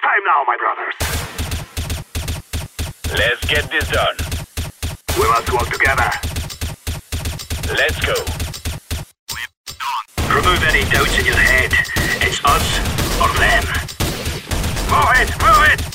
time now, my brothers. Let's get this done. We must work together. Let's go. Remove any doubts in your head. It's us or them. Move it, move it!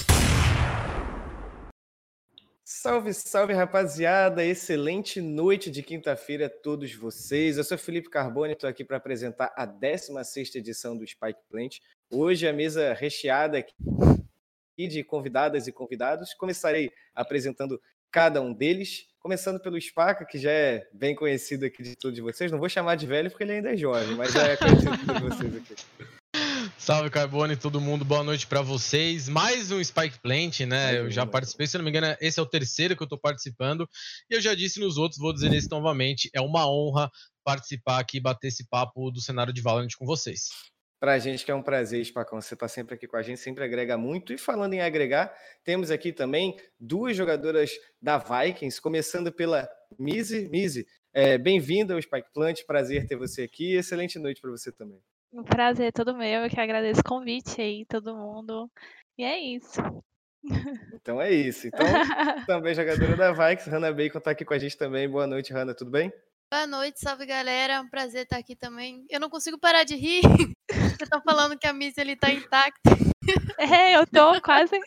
Salve, salve, rapaziada! Excelente noite de quinta-feira a todos vocês. Eu sou Felipe Carbone e estou aqui para apresentar a 16ª edição do Spike Plant. Hoje a mesa recheada aqui de convidadas e convidados. Começarei apresentando cada um deles, começando pelo Spaca, que já é bem conhecido aqui de todos vocês. Não vou chamar de velho porque ele ainda é jovem, mas já é conhecido de todos vocês aqui. Salve, Carbone, todo mundo, boa noite pra vocês. Mais um Spike Plant, né? Eu já participei, se não me engano, esse é o terceiro que eu tô participando. E eu já disse nos outros, vou dizer nesse novamente, é uma honra participar aqui e bater esse papo do cenário de Valorant com vocês. Pra gente que é um prazer, Spacão, você tá sempre aqui com a gente, sempre agrega muito. E falando em agregar, temos aqui também duas jogadoras da Vikings, começando pela Mizzy. Mizzy, bem-vinda ao Spike Plant, prazer ter você aqui. Excelente noite para você também. Um prazer todo meu, eu que agradeço o convite aí, todo mundo. E é isso. Então é isso. Então, também jogadora da Vikings, Hannah Bacon tá aqui com a gente também. Boa noite, Hannah, tudo bem? Boa noite, salve galera, é um prazer estar aqui também. Eu não consigo parar de rir, vocês estão falando que a Mizzy ele tá intacta. Eu tô quase.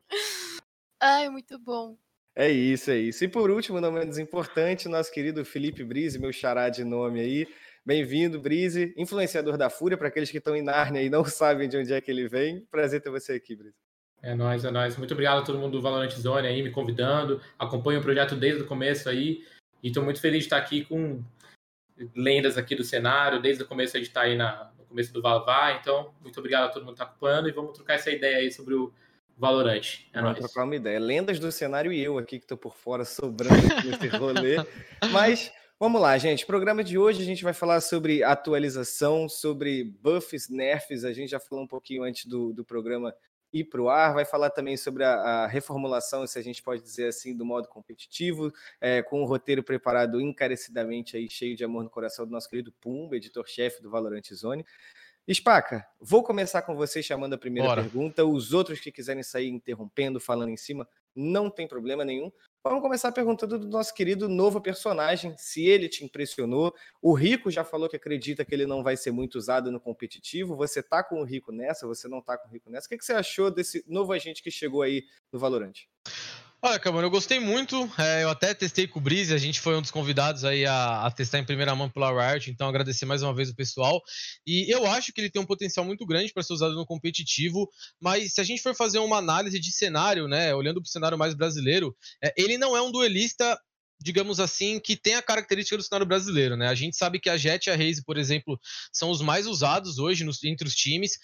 Ai, muito bom. É isso, é isso. E por último, não menos importante, nosso querido Felipe Brise, meu xará de nome aí. Bem-vindo, Brise, influenciador da Fúria, para aqueles que estão em Nárnia e não sabem de onde é que ele vem. Prazer ter você aqui, Brise. É nóis, é nóis. Muito obrigado a todo mundo do Valorant Zone aí me convidando. Acompanho o projeto desde o começo aí. E estou muito feliz de estar aqui com lendas aqui do cenário. Desde o começo a gente está aí no começo do Valvá. Então, muito obrigado a todo mundo que está acompanhando. E vamos trocar essa ideia aí sobre o Valorant. Vamos trocar uma ideia. Lendas do cenário e eu aqui que estou por fora sobrando nesse rolê. Mas vamos lá, gente. Programa de hoje a gente vai falar sobre atualização, sobre buffs, nerfs. A gente já falou um pouquinho antes do programa ir para o ar. Vai falar também sobre a reformulação, se a gente pode dizer assim, do modo competitivo, com o roteiro preparado encarecidamente, aí, cheio de amor no coração do nosso querido Pumba, editor-chefe do Valorant Zone. Spaca, vou começar com você chamando a primeira pergunta. Os outros que quiserem sair interrompendo, falando em cima, não tem problema nenhum. Vamos começar perguntando do nosso querido novo personagem, se ele te impressionou. O Rico já falou que acredita que ele não vai ser muito usado no competitivo. Você tá com o Rico nessa? Você não tá com o Rico nessa? O que você achou desse novo agente que chegou aí no Valorant? Olha, Carbone, eu gostei muito, eu até testei com o Brise, a gente foi um dos convidados aí a testar em primeira mão pela Riot, então agradecer mais uma vez o pessoal, e eu acho que ele tem um potencial muito grande para ser usado no competitivo, mas se a gente for fazer uma análise de cenário, né, olhando para o cenário mais brasileiro, ele não é um duelista, digamos assim, que tem a característica do cenário brasileiro, né? A gente sabe que a Jett e a Raze, por exemplo, são os mais usados hoje entre os times.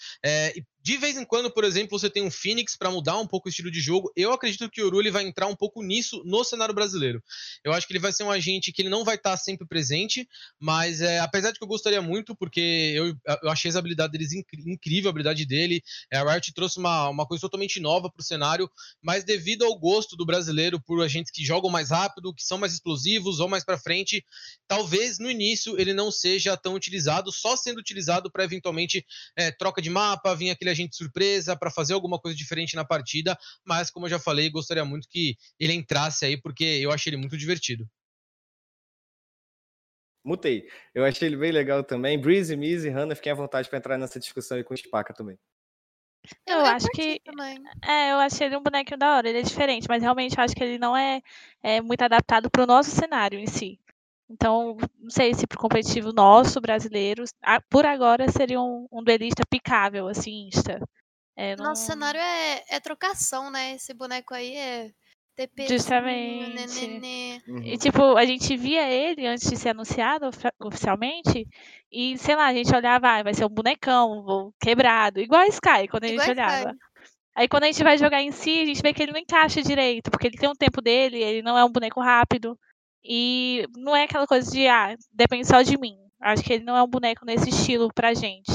De vez em quando, por exemplo, você tem um Phoenix para mudar um pouco o estilo de jogo. Eu acredito que o Yoru ele vai entrar um pouco nisso no cenário brasileiro. Eu acho que ele vai ser um agente que ele não vai estar sempre presente, mas apesar de que eu gostaria muito, porque eu achei as habilidades deles incrível, a habilidade dele. A Riot trouxe uma coisa totalmente nova para o cenário, mas devido ao gosto do brasileiro por agentes que jogam mais rápido, que são mais explosivos, vão mais para frente, talvez no início ele não seja tão utilizado, só sendo utilizado para eventualmente troca de mapa, vir aquele agente surpresa para fazer alguma coisa diferente na partida, mas como eu já falei, gostaria muito que ele entrasse aí, porque eu achei ele muito divertido. Mutei. Eu achei ele bem legal também. Breeze, Mizzy, Hannah, fiquem à vontade para entrar nessa discussão aí com o Spaca também. Eu acho que eu achei ele um bonequinho da hora, ele é diferente, mas realmente eu acho que ele não é muito adaptado para o nosso cenário em si. Então, não sei se pro competitivo nosso, brasileiro, por agora seria um duelista picável, assim, insta. Nosso cenário é trocação, né? Esse boneco aí é TP. Justamente. E tipo, a gente via ele antes de ser anunciado oficialmente, e sei lá, a gente olhava, vai ser um bonecão, quebrado, igual a Sky, quando a gente olhava. Aí quando a gente vai jogar em si, a gente vê que ele não encaixa direito, porque ele tem um tempo dele, ele não é um boneco rápido. E não é aquela coisa de, depende só de mim. Acho que ele não é um boneco nesse estilo pra gente.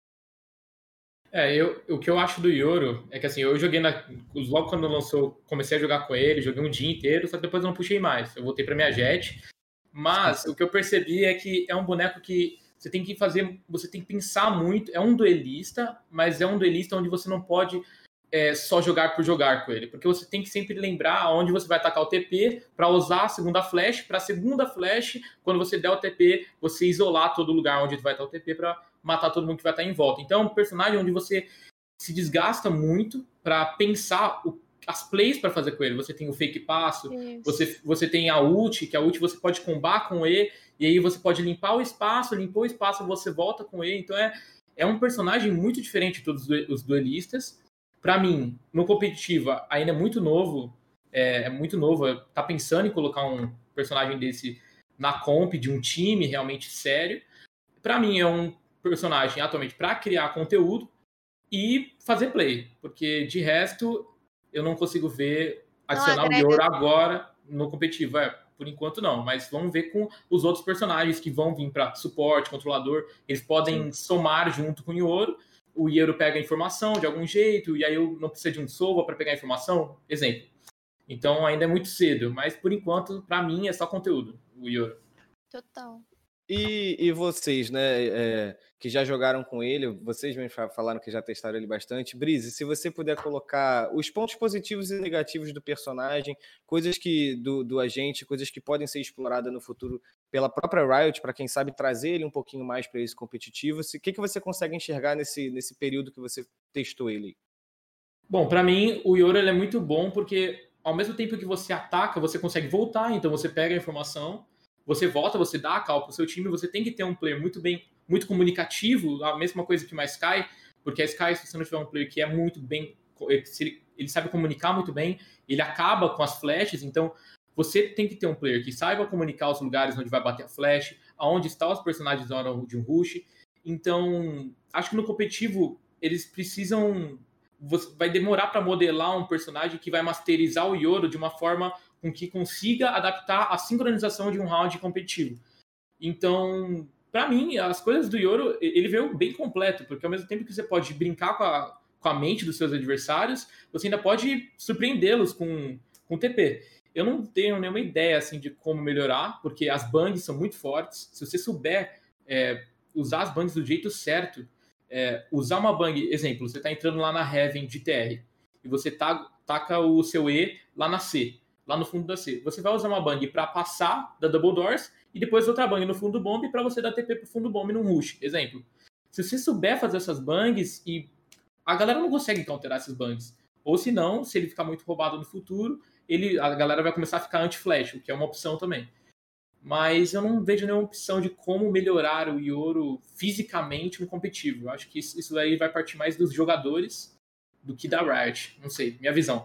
O que eu acho do Yoru é que assim, eu joguei logo quando lançou, comecei a jogar com ele, joguei um dia inteiro, só que depois eu não puxei mais. Eu voltei pra minha Jett. Mas o que eu percebi é que é um boneco que você tem que pensar muito. É um duelista, mas é um duelista onde você não pode só jogar por jogar com ele, porque você tem que sempre lembrar onde você vai atacar o TP para usar a segunda flash, para a segunda flash, quando você der o TP, você isolar todo lugar onde vai estar o TP para matar todo mundo que vai estar em volta. Então é um personagem onde você se desgasta muito para pensar as plays para fazer com ele. Você tem o fake passo, você tem a ult, que a ult você pode combar com E, e aí você pode limpar o espaço, limpou o espaço, você volta com E. Então é um personagem muito diferente de todos os duelistas. Para mim, no competitivo, ainda é muito novo, tá pensando em colocar um personagem desse na comp de um time realmente sério. Para mim, é um personagem atualmente para criar conteúdo e fazer play, porque de resto eu não consigo ver adicionar o Yoro agora no competitivo. Por enquanto não, mas vamos ver com os outros personagens que vão vir para suporte, controlador, eles podem somar junto com o Yoro. O Yoro pega a informação de algum jeito, e aí eu não preciso de um Sova para pegar a informação, exemplo. Então ainda é muito cedo, mas por enquanto, para mim, é só conteúdo, o Yoro. Total. E vocês, né, que já jogaram com ele, vocês me falaram que já testaram ele bastante. Brise, se você puder colocar os pontos positivos e negativos do personagem, coisas que do agente, coisas que podem ser exploradas no futuro pela própria Riot, para quem sabe trazer ele um pouquinho mais para esse competitivo, o que você consegue enxergar nesse período que você testou ele? Bom, para mim, o Yoro ele é muito bom porque ao mesmo tempo que você ataca, você consegue voltar, então você pega a informação, você volta, você dá a cal pro seu time, você tem que ter um player muito comunicativo, a mesma coisa que uma Skye, porque a Skye, se você não tiver um player que é muito bem, ele sabe comunicar muito bem, ele acaba com as flashes, então você tem que ter um player que saiba comunicar os lugares onde vai bater a flash, aonde estão os personagens na hora de um rush. Então, acho que no competitivo, eles precisam... Vai demorar para modelar um personagem que vai masterizar o Yoro de uma forma com que consiga adaptar a sincronização de um round competitivo. Então, para mim, as coisas do Yoro, ele veio bem completo, porque ao mesmo tempo que você pode brincar com a mente dos seus adversários, você ainda pode surpreendê-los com TP. Eu não tenho nenhuma ideia assim, de como melhorar, porque as bangs são muito fortes. Se você souber usar as bangs do jeito certo, usar uma bang, exemplo, você está entrando lá na Heaven de TR, e você taca o seu E lá na C, lá no fundo da C. Você vai usar uma bang para passar da Double Doors e depois outra bang no fundo do bomb para você dar TP pro fundo do bomb num rush, exemplo. Se você souber fazer essas bangs, e a galera não consegue counterar essas bangs. Ou se não, se ele ficar muito roubado no futuro, a galera vai começar a ficar anti-flash, o que é uma opção também. Mas eu não vejo nenhuma opção de como melhorar o Yoro fisicamente no competitivo. Eu acho que isso aí vai partir mais dos jogadores do que da Riot. Não sei, minha visão.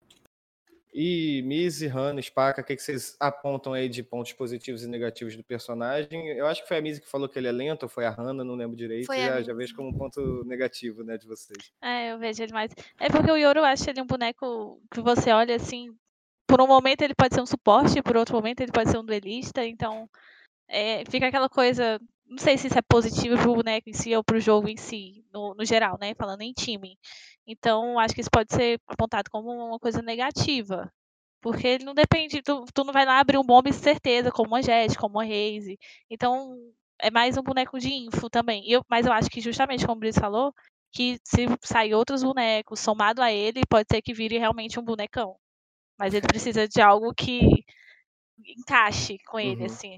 E Mizzy, Hanna, Spaca, o que vocês apontam aí de pontos positivos e negativos do personagem? Eu acho que foi a Mizzy que falou que ele é lento, ou foi a Hanna, não lembro direito. Já vejo como um ponto negativo, né, de vocês. Eu vejo ele mais... É porque o Yoro, eu acho ele um boneco que você olha assim... Por um momento ele pode ser um suporte, por outro momento ele pode ser um duelista, então fica aquela coisa... Não sei se isso é positivo pro boneco em si ou pro jogo em si, no geral, né? Falando em time. Então, acho que isso pode ser apontado como uma coisa negativa. Porque ele não depende... Tu não vai lá abrir um bomb de certeza, como uma Jett, como uma Raze. Então, é mais um boneco de info também. Mas eu acho que justamente, como o Brice falou, que se sair outros bonecos somado a ele, pode ser que vire realmente um bonecão. Mas ele precisa de algo que encaixe com ele, assim.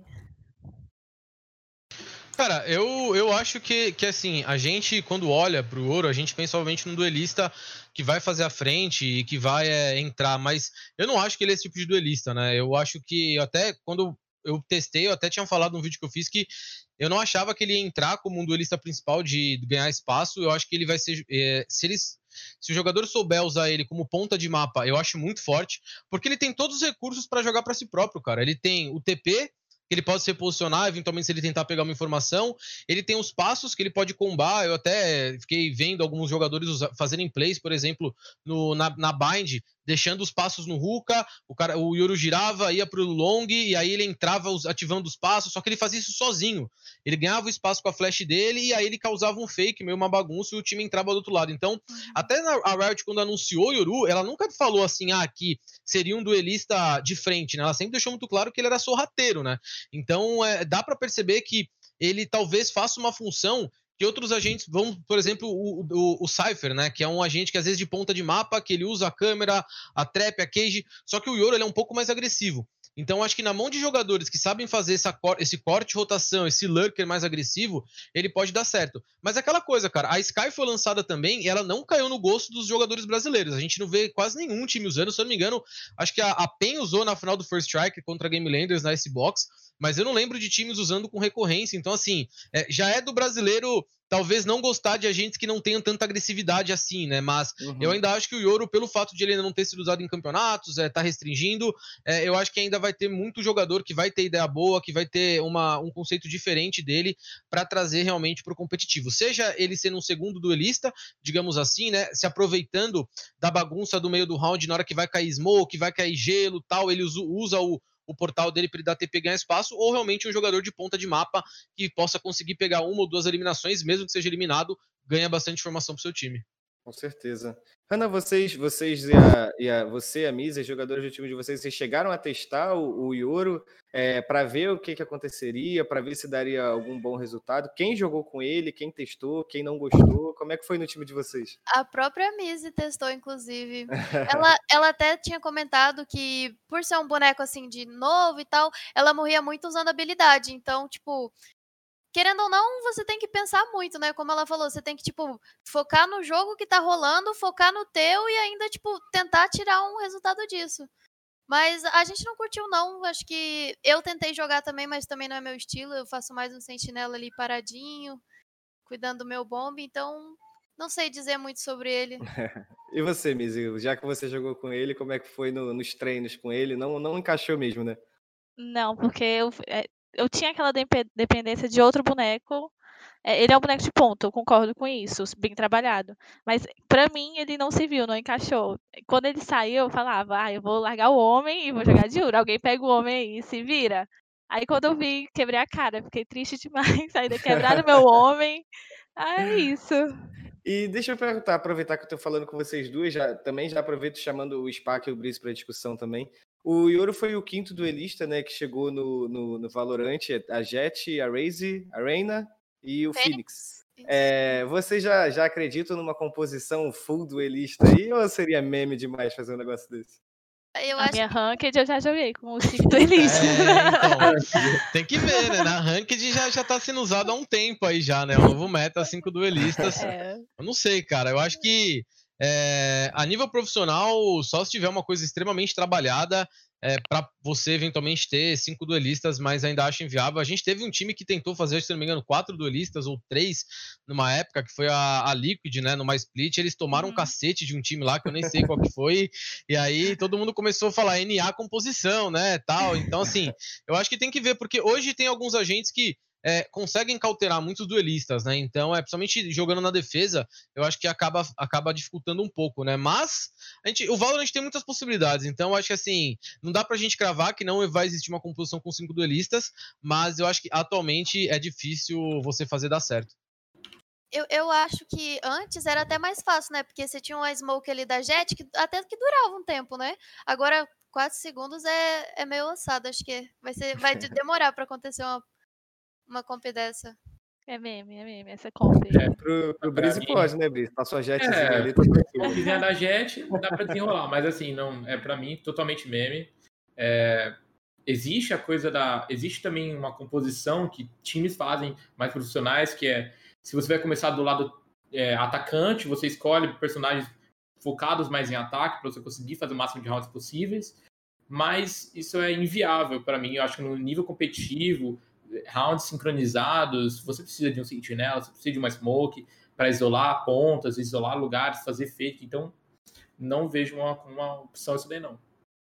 Cara, eu acho que assim, a gente, quando olha pro Yoro, a gente pensa, obviamente, num duelista que vai fazer a frente e que vai entrar, mas eu não acho que ele é esse tipo de duelista, né? Eu acho que até quando eu testei, eu até tinha falado num vídeo que eu fiz que eu não achava que ele ia entrar como um duelista principal de ganhar espaço. Eu acho que ele vai ser... Se o jogador souber usar ele como ponta de mapa, eu acho muito forte, porque ele tem todos os recursos para jogar para si próprio, cara. Ele tem o TP, que ele pode se reposicionar, eventualmente se ele tentar pegar uma informação. Ele tem os passos que ele pode combar. Eu até fiquei vendo alguns jogadores fazerem plays, por exemplo, na Bind, deixando os passos no Hookah, o Yoro girava, ia pro long, e aí ele entrava ativando os passos, só que ele fazia isso sozinho. Ele ganhava o espaço com a flash dele, e aí ele causava um fake, meio uma bagunça, e o time entrava do outro lado. Então, até a Riot, quando anunciou o Yoru, ela nunca falou assim, que seria um duelista de frente, né? Ela sempre deixou muito claro que ele era sorrateiro, né? Então, dá pra perceber que ele talvez faça uma função que outros agentes vão, por exemplo, o Cypher, né? Que é um agente que às vezes de ponta de mapa, que ele usa a câmera, a trap, a cage, só que o Yoro ele é um pouco mais agressivo. Então, acho que na mão de jogadores que sabem fazer esse corte de rotação, esse lurker mais agressivo, ele pode dar certo. Mas aquela coisa, cara, a Sky foi lançada também e ela não caiu no gosto dos jogadores brasileiros. A gente não vê quase nenhum time usando, se eu não me engano, acho que a PEN usou na final do First Strike contra a Game Landers na Icebox, mas eu não lembro de times usando com recorrência. Então, assim, já é do brasileiro talvez não gostar de agentes que não tenham tanta agressividade assim, né? Mas eu ainda acho que o Yoro, pelo fato de ele ainda não ter sido usado em campeonatos, tá restringindo, eu acho que ainda vai ter muito jogador que vai ter ideia boa, que vai ter um conceito diferente dele para trazer realmente para o competitivo. Seja ele sendo um segundo duelista, digamos assim, né? Se aproveitando da bagunça do meio do round na hora que vai cair smoke, vai cair gelo, tal, ele usa o portal dele para ele dar TP e ganhar espaço, ou realmente um jogador de ponta de mapa que possa conseguir pegar uma ou duas eliminações, mesmo que seja eliminado, ganha bastante informação pro seu time. Com certeza. Ana, você e a Misa, jogadores do time de vocês chegaram a testar o Yoro para ver o que aconteceria, para ver se daria algum bom resultado? Quem jogou com ele, quem testou, quem não gostou? Como é que foi no time de vocês? A própria Misa testou, inclusive. Ela até tinha comentado que, por ser um boneco assim de novo e tal, ela morria muito usando habilidade. Então, tipo, querendo ou não, você tem que pensar muito, né? Como ela falou, você tem que, tipo, focar no jogo que tá rolando, focar no teu e ainda, tipo, tentar tirar um resultado disso. Mas a gente não curtiu, não. Acho que eu tentei jogar também, mas também não é meu estilo. Eu faço mais um sentinela ali paradinho, cuidando do meu bomb, então não sei dizer muito sobre ele. E você, Mizzy, já que você jogou com ele, como é que foi nos treinos com ele? Não encaixou mesmo, né? Não, porque eu tinha aquela dependência de outro boneco. Ele é um boneco de ponto, eu concordo com isso, bem trabalhado. Mas pra mim ele não se viu, não encaixou. Quando ele saiu, eu falava, eu vou largar o homem e vou jogar de Yoro. Alguém pega o homem aí e se vira. Aí quando eu vi, quebrei a cara, fiquei triste demais. Ainda quebraram meu homem. É isso. E deixa eu perguntar, aproveitar que eu tô falando com vocês duas, já aproveito chamando o Spack e o Brice para discussão também. O Yoro foi o quinto duelista, né, que chegou no Valorant, a Jett, a Raze, a Reyna e o Phoenix. Você já acredita numa composição full duelista aí, ou seria meme demais fazer um negócio desse? Minha Ranked eu já joguei com os 5 duelistas. Então, tem que ver, né? Na Ranked já tá sendo usado há um tempo aí já, né? O novo meta, 5 duelistas. Eu não sei, cara. Eu acho que a nível profissional, só se tiver uma coisa extremamente trabalhada, para você eventualmente ter 5 duelistas, mas ainda acho inviável. A gente teve um time que tentou fazer, se não me engano, 4 duelistas ou 3 numa época, que foi a Liquid, né, numa split. Eles tomaram um cacete de um time lá, que eu nem sei qual que foi, e aí todo mundo começou a falar NA composição, né, tal. Então, assim, eu acho que tem que ver, porque hoje tem alguns agentes que conseguem cauterar muitos duelistas, né? Então, principalmente jogando na defesa, eu acho que acaba dificultando um pouco, né? Mas o Valorant tem muitas possibilidades, então eu acho que assim, não dá pra gente cravar que não vai existir uma composição com 5 duelistas, mas eu acho que atualmente é difícil você fazer dar certo. Eu acho que antes era até mais fácil, né? Porque você tinha uma smoke ali da Jett que até que durava um tempo, né? Agora, 4 segundos é meio ossado. Acho que vai demorar pra acontecer uma comp dessa. É meme, essa comp. Pro Brice pode, né, Brice? Passou a Jetzinha ali, tá tranquilo. Se quiser da Jett, dá pra desenrolar, mas assim, não é pra mim totalmente meme. Existe a coisa existe também uma composição que times fazem mais profissionais, que se você vai começar do lado atacante, você escolhe personagens focados mais em ataque para você conseguir fazer o máximo de rounds possíveis, mas isso é inviável para mim. Eu acho que no nível competitivo, rounds sincronizados, você precisa de um sentinela, você precisa de uma smoke para isolar pontas, isolar lugares, fazer fake. Então, não vejo uma opção isso daí, não.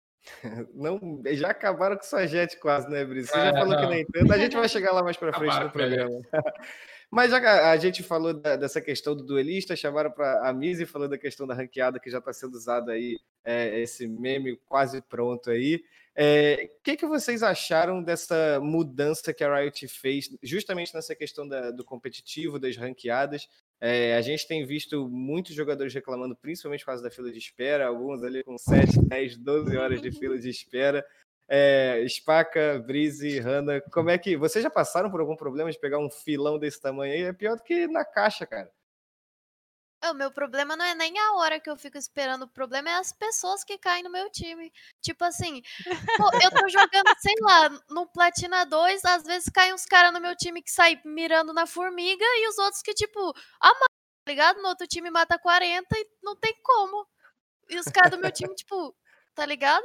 Não, já acabaram com sua Jett quase, né, Brice? Você já falou que nem tanto. A gente vai chegar lá mais pra frente no programa. Mas já a gente falou dessa questão do duelista, chamaram para a Mizzy, falou da questão da ranqueada que já está sendo usado aí, esse meme quase pronto aí. O que vocês acharam dessa mudança que a Riot fez, justamente nessa questão do competitivo, das ranqueadas? A gente tem visto muitos jogadores reclamando, principalmente por causa da fila de espera, alguns ali com 7, 10, 12 horas de fila de espera. Spaca, Breeze, Hanna, como é que... Vocês já passaram por algum problema de pegar um filão desse tamanho aí? É pior do que na caixa, cara. O meu problema não é nem a hora que eu fico esperando, o problema é as pessoas que caem no meu time. Tipo assim, pô, eu tô jogando, sei lá, no Platina 2, às vezes caem uns caras no meu time que saem mirando na formiga e os outros que, tipo, tá ligado? No outro time mata 40 e não tem como. E os caras do meu time, tipo, tá ligado?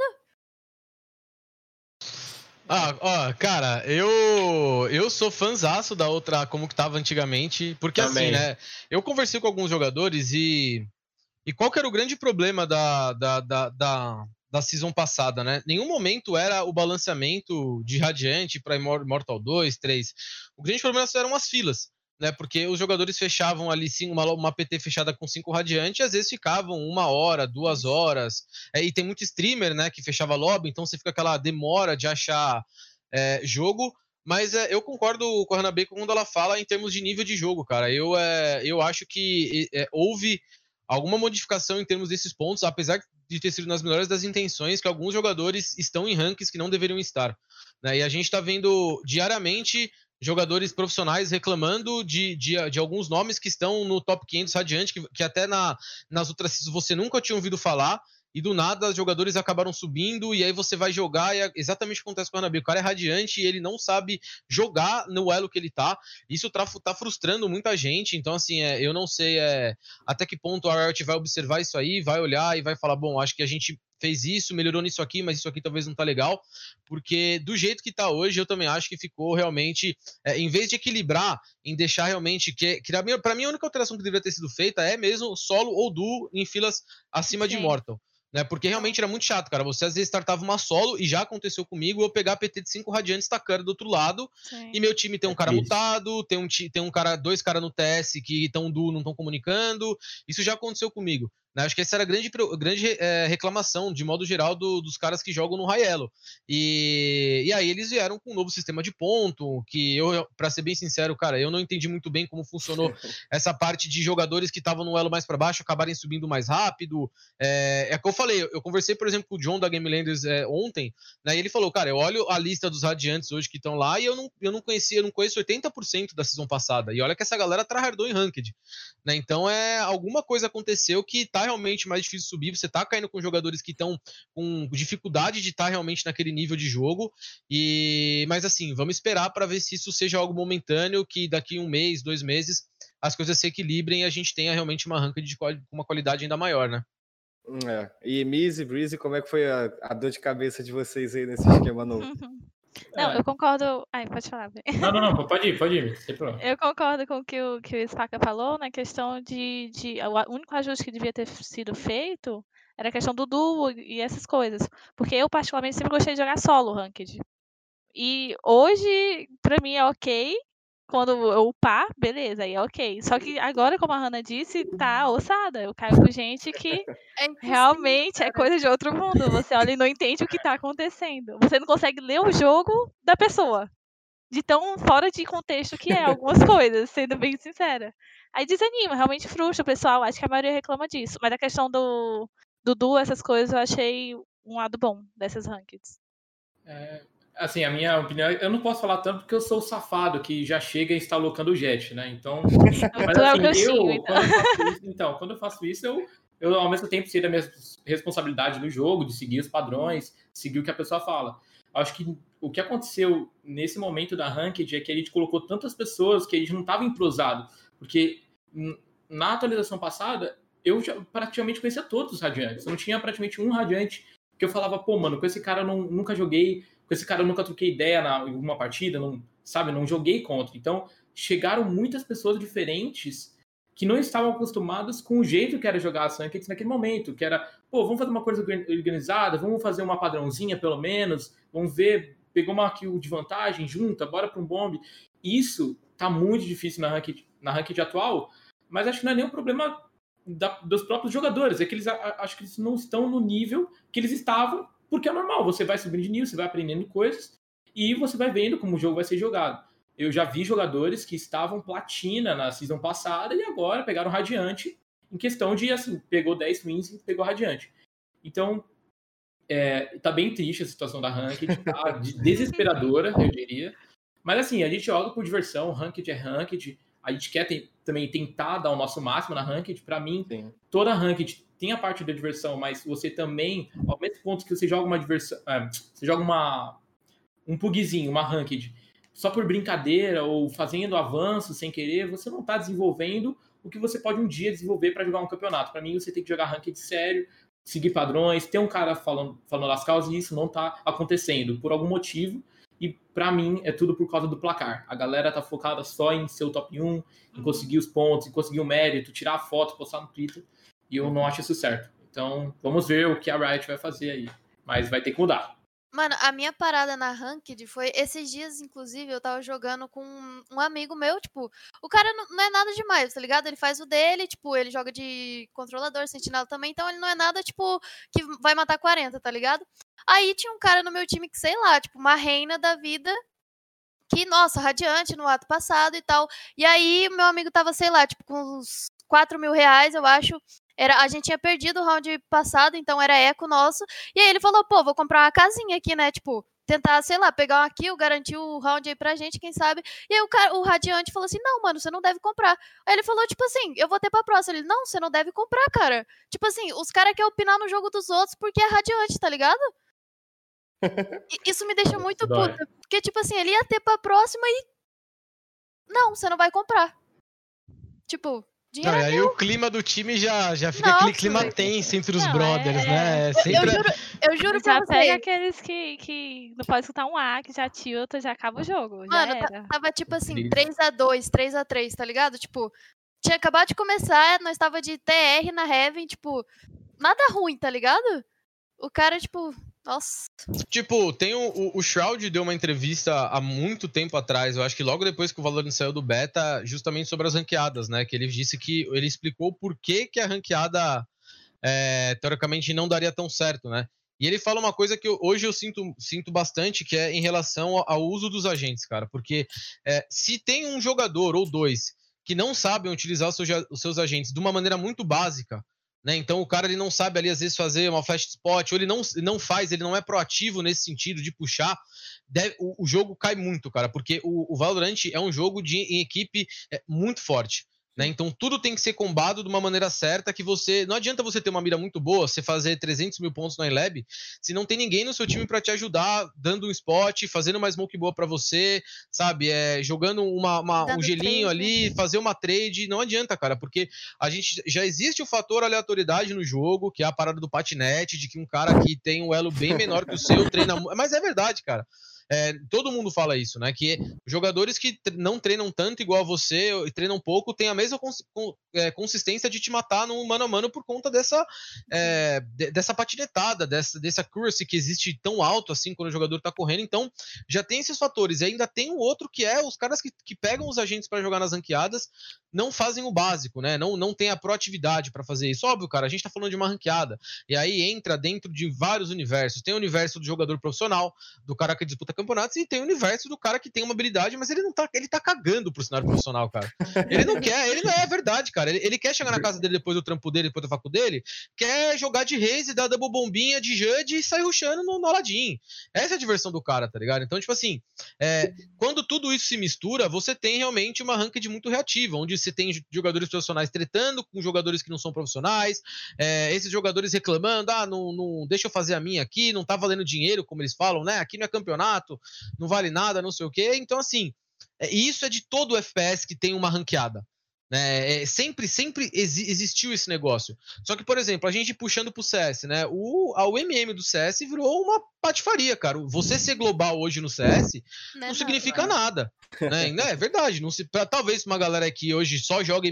Ó, cara, eu sou fãzaço da outra, como que tava antigamente, porque Também. assim, né, eu conversei com alguns jogadores e qual que era o grande problema da season passada, né? Nenhum momento era o balanceamento de Radiante para Immortal 2, 3. O grande problema eram as filas, né? Porque os jogadores fechavam ali uma PT fechada com 5 Radiante e às vezes ficavam 1 hora, 2 horas. E tem muito streamer, né, que fechava lobby, então você fica aquela demora de achar jogo. Mas eu concordo com a Hannah Bacon quando ela fala em termos de nível de jogo, cara. Eu acho que houve alguma modificação em termos desses pontos, apesar de ter sido nas melhores das intenções, que alguns jogadores estão em rankings que não deveriam estar, né? E a gente está vendo diariamente jogadores profissionais reclamando de alguns nomes que estão no top 500 Radiante, que até nas outras você nunca tinha ouvido falar, e do nada os jogadores acabaram subindo, e aí você vai jogar, e é exatamente o que acontece com o Hanabi. O cara é Radiante e ele não sabe jogar no elo que ele tá. Isso tá frustrando muita gente, então assim, eu não sei até que ponto a Riot vai observar isso aí, vai olhar e vai falar, bom, acho que a gente fez isso, melhorou nisso aqui, mas isso aqui talvez não tá legal, porque do jeito que tá hoje, eu também acho que ficou realmente, em vez de equilibrar, em deixar realmente, que pra mim a única alteração que deveria ter sido feita é mesmo solo ou duo em filas acima de Immortal. Né, porque realmente era muito chato, cara. Você às vezes startava uma solo, e já aconteceu comigo, eu pegar PT de 5 Radiantes tacando do outro lado, e meu time tem um cara mutado, tem um cara, 2 caras no TS que estão duo, não estão comunicando. Isso já aconteceu comigo. Né? Acho que essa era a grande reclamação, de modo geral, dos caras que jogam no High Elo. E aí eles vieram com um novo sistema de ponto, que eu, pra ser bem sincero, cara, eu não entendi muito bem como funcionou essa parte de jogadores que estavam no elo mais para baixo acabarem subindo mais rápido. É que eu falei, eu conversei, por exemplo, com o John da Game Landers ontem, né, e ele falou, cara, eu olho a lista dos Radiantes hoje que estão lá e eu não conheço 80% da season passada. E olha que essa galera tryhardou em Ranked. Né, então alguma coisa aconteceu que tá realmente mais difícil subir, você tá caindo com jogadores que estão com dificuldade de estar realmente naquele nível de jogo, mas assim, vamos esperar para ver se isso seja algo momentâneo, que daqui 1 mês, 2 meses, as coisas se equilibrem e a gente tenha realmente uma Ranked com uma qualidade ainda maior, né? E Miz e Breeze, como é que foi a dor de cabeça de vocês aí nesse esquema novo? Não, eu concordo. Ai, pode falar. Não, pode ir, sem problema. Eu concordo com o que o Spaca falou na questão de o único ajuste que devia ter sido feito era a questão do duo e essas coisas. Porque eu, particularmente, sempre gostei de jogar solo Ranked. E hoje, pra mim, é ok. Quando eu upar, beleza, aí é ok. Só que agora, como a Hannah disse, tá ossada. Eu caio com gente que realmente é coisa de outro mundo. Você olha e não entende o que tá acontecendo. Você não consegue ler o jogo da pessoa. De tão fora de contexto que é algumas coisas, sendo bem sincera. Aí desanima, realmente frustra o pessoal. Acho que a maioria reclama disso. Mas a questão do duo, essas coisas, eu achei um lado bom dessas rankeds. Assim, a minha opinião, eu não posso falar tanto porque eu sou o safado que já chega e está alocando o jet, né? Então, mas assim, quando eu faço isso, eu ao mesmo tempo sei da minha responsabilidade no jogo, de seguir os padrões, seguir o que a pessoa fala. Acho que o que aconteceu nesse momento da Ranked é que a gente colocou tantas pessoas que a gente não estava entrosado, porque na atualização passada, eu já praticamente conhecia todos os Radiantes, não tinha praticamente um Radiante que eu falava, pô, mano, com esse cara eu nunca joguei, com esse cara eu nunca troquei ideia em alguma partida, não joguei contra. Então, chegaram muitas pessoas diferentes que não estavam acostumadas com o jeito que era jogar as Rankeds naquele momento, que era, pô, vamos fazer uma coisa organizada, vamos fazer uma padrãozinha pelo menos, vamos ver, pegou uma kill de vantagem, junta, bora para um bomb. Isso tá muito difícil na Ranked atual, mas acho que não é nem um problema dos próprios jogadores, é que acho que eles não estão no nível que eles estavam, porque é normal, você vai subindo de nível, você vai aprendendo coisas e você vai vendo como o jogo vai ser jogado. Eu já vi jogadores que estavam platina na season passada e agora pegaram Radiante em questão de, assim, pegou 10 wins e pegou Radiante. Então, Tá bem triste a situação da Ranked, tá desesperadora, eu diria. Mas assim, a gente joga por diversão, Ranked é Ranked, a gente quer também tentar dar o nosso máximo na Ranked. Pra mim, toda Ranked tem a parte da diversão, mas você também, ao mesmo ponto que você joga uma diversão, você joga um pugzinho, uma Ranked, só por brincadeira ou fazendo avanço sem querer, você não tá desenvolvendo o que você pode um dia desenvolver para jogar um campeonato. Pra mim, você tem que jogar Ranked sério, seguir padrões, ter um cara falando das causas, e isso não tá acontecendo por algum motivo, e pra mim é tudo por causa do placar. A galera tá focada só em ser o top 1, em conseguir os pontos, em conseguir o mérito, tirar a foto, postar no Twitter, e eu não acho isso certo. Então, vamos ver o que a Riot vai fazer aí, mas vai ter que mudar. Mano, a minha parada na Ranked foi... Esses dias, inclusive, eu tava jogando com um amigo meu, tipo... O cara não é nada demais, tá ligado? Ele faz o dele, tipo, ele joga de controlador, sentinela também, então ele não é nada, tipo, que vai matar 40, tá ligado? Aí tinha um cara no meu time que, sei lá, tipo, uma reina da vida... Que, nossa, radiante no ato passado e tal. E aí, meu amigo tava, sei lá, tipo, com uns 4 mil reais, eu acho... A gente tinha perdido o round passado, então era eco nosso. E aí ele falou, pô, vou comprar uma casinha aqui, né? Tipo, tentar, sei lá, pegar uma kill, garantir o round aí pra gente, quem sabe. E aí o Radiante falou assim, não, mano, você não deve comprar. Aí ele falou, tipo assim, eu vou ter pra próxima. Ele, não, você não deve comprar, cara. Tipo assim, os caras querem opinar no jogo dos outros porque é Radiante, tá ligado? Isso me deixa muito puta. Porque, tipo assim, ele ia ter pra próxima e... Não, você não vai comprar. Tipo... Não, e aí o clima do time já fica aquele clima tenso entre os brothers, né? Sempre... Eu juro pra você. Pega aqueles que não pode escutar um A, que já tilta, já acaba o jogo. Mano, tava tipo assim, 3-2, 3-3, tá ligado? Tipo, tinha acabado de começar, nós tava de TR na Heaven, tipo, nada ruim, tá ligado? O cara, tipo... Nossa. Tipo, tem o Shroud deu uma entrevista há muito tempo atrás, eu acho que logo depois que o Valorant saiu do beta, justamente sobre as ranqueadas, né? Que ele disse que ele explicou por que a ranqueada teoricamente não daria tão certo, né? E ele fala uma coisa que hoje eu sinto bastante, que é em relação ao uso dos agentes, cara. Porque se tem um jogador ou dois que não sabem utilizar os seus agentes de uma maneira muito básica, né? Então o cara ele não sabe ali às vezes fazer uma flash spot, ou ele não faz, ele não é proativo nesse sentido de puxar, o jogo cai muito, cara, porque o Valorant é um jogo em equipe muito forte. Né? Então tudo tem que ser combado de uma maneira certa, que não adianta você ter uma mira muito boa, você fazer 300 mil pontos no iLab, se não tem ninguém no seu time para te ajudar, dando um spot, fazendo uma smoke boa para você, sabe, jogando um gelinho ali, fazer uma trade, não adianta, cara, porque já existe o fator aleatoriedade no jogo, que é a parada do patinete, de que um cara que tem um elo bem menor que o seu treina, mas é verdade, cara. Todo mundo fala isso, né? Que jogadores que não treinam tanto igual a você, e treinam pouco, têm a mesma consistência de te matar no mano a mano por conta dessa patinetada, dessa accuracy que existe tão alto assim quando o jogador tá correndo. Então, já tem esses fatores. E ainda tem o outro que é os caras que pegam os agentes para jogar nas ranqueadas, não fazem o básico, né? Não tem a proatividade para fazer isso. Óbvio, cara, a gente tá falando de uma ranqueada. E aí entra dentro de vários universos. Tem o universo do jogador profissional, do cara que disputa campeonatos, e tem o universo do cara que tem uma habilidade, mas ele tá cagando pro cenário profissional, cara. Ele não é verdade, cara. Ele quer chegar na casa dele depois do trampo dele, depois da facu dele, quer jogar de Raze, dar double bombinha de Judge e sair rushando no Aladdin. Essa é a diversão do cara, tá ligado? Então, tipo assim, quando tudo isso se mistura, você tem realmente uma ranked muito reativa, onde você tem jogadores profissionais tretando com jogadores que não são profissionais, esses jogadores reclamando, não deixa eu fazer a minha aqui, não tá valendo dinheiro, como eles falam, né? Aqui não é campeonato, não vale nada, não sei o quê. Então, assim, isso é de todo o FPS que tem uma ranqueada. Né? Sempre existiu esse negócio. Só que, por exemplo, a gente puxando pro CS, né? A UMM do CS virou uma patifaria, cara. Você ser global hoje no CS não significa nada. Né? É verdade. Talvez uma galera que hoje só joga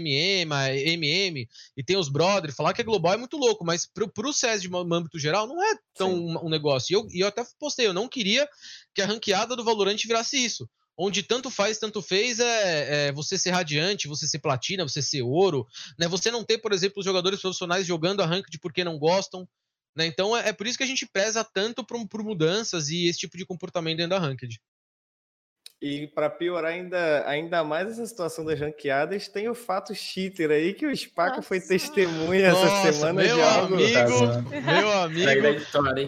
MM e tem os brothers, falar que é global é muito louco, mas pro CS de um âmbito geral não é tão um negócio. E eu até postei, eu não queria que a ranqueada do Valorant virasse isso. Onde tanto fez você ser radiante, você ser platina, você ser ouro, né? Você não ter, por exemplo, os jogadores profissionais jogando a ranked porque não gostam, né? Então é por isso que a gente preza tanto por mudanças e esse tipo de comportamento dentro da ranked. E para piorar ainda mais essa situação das ranqueadas, tem o fato cheater aí, que o Spaca foi testemunha essa semana de algo. Meu amigo.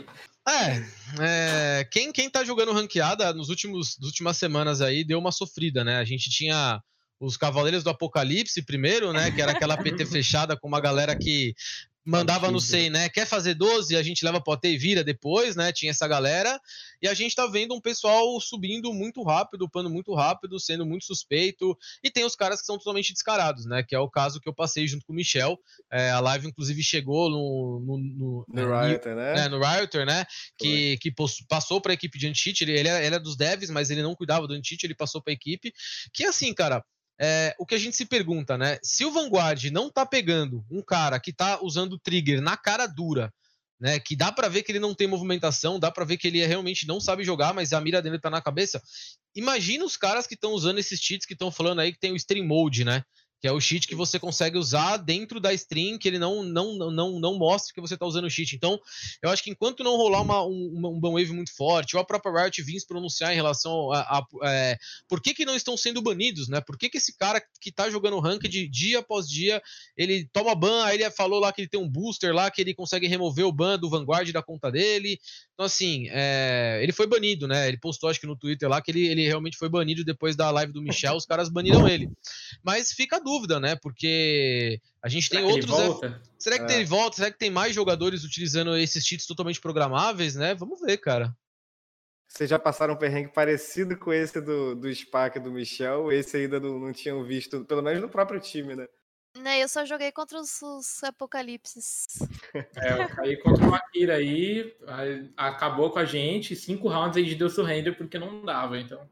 Quem tá jogando ranqueada nas últimas semanas aí deu uma sofrida, né? A gente tinha os Cavaleiros do Apocalipse primeiro, né? Que era aquela PT fechada com uma galera que mandava no 100, né? Quer fazer 12? A gente leva pro AT e vira depois, né? Tinha essa galera. E a gente tá vendo um pessoal subindo muito rápido, upando muito rápido, sendo muito suspeito. E tem os caras que são totalmente descarados, né? Que é o caso que eu passei junto com o Michel. A live, inclusive, chegou no Rioter, né? No Rioter, né? Que passou pra equipe de anti-cheat. Ele era dos devs, mas ele não cuidava do anti-cheat, ele passou pra equipe. Que assim, cara... o que a gente se pergunta, né? Se o Vanguard não tá pegando um cara que tá usando trigger na cara dura, né? Que dá pra ver que ele não tem movimentação, dá pra ver que ele realmente não sabe jogar, mas a mira dele tá na cabeça. Imagina os caras que estão usando esses cheats que estão falando aí que tem o Stream Mode, né? Que é o cheat que você consegue usar dentro da stream, que ele não mostra que você está usando o cheat. Então, eu acho que enquanto não rolar um banwave muito forte, ou a própria Riot vir se pronunciar em relação por que não estão sendo banidos, né? Por que esse cara que está jogando ranked dia após dia, ele toma ban, aí ele falou lá que ele tem um booster lá, que ele consegue remover o ban do Vanguard da conta dele. Então, assim, ele foi banido, né? Ele postou, acho que no Twitter lá, que ele realmente foi banido depois da live do Michel, os caras baniram ele. Mas fica a dúvida, né? Porque a gente tem outros... Será que ele volta? Será que tem mais jogadores utilizando esses cheats totalmente programáveis, né? Vamos ver, cara. Vocês já passaram um perrengue parecido com esse do Spaca e do Michel? Esse ainda não tinham visto, pelo menos no próprio time, né? Eu só joguei contra os Apocalipses. Eu caí contra o Akira aí, acabou com a gente, 5 rounds a gente deu surrender porque não dava, então...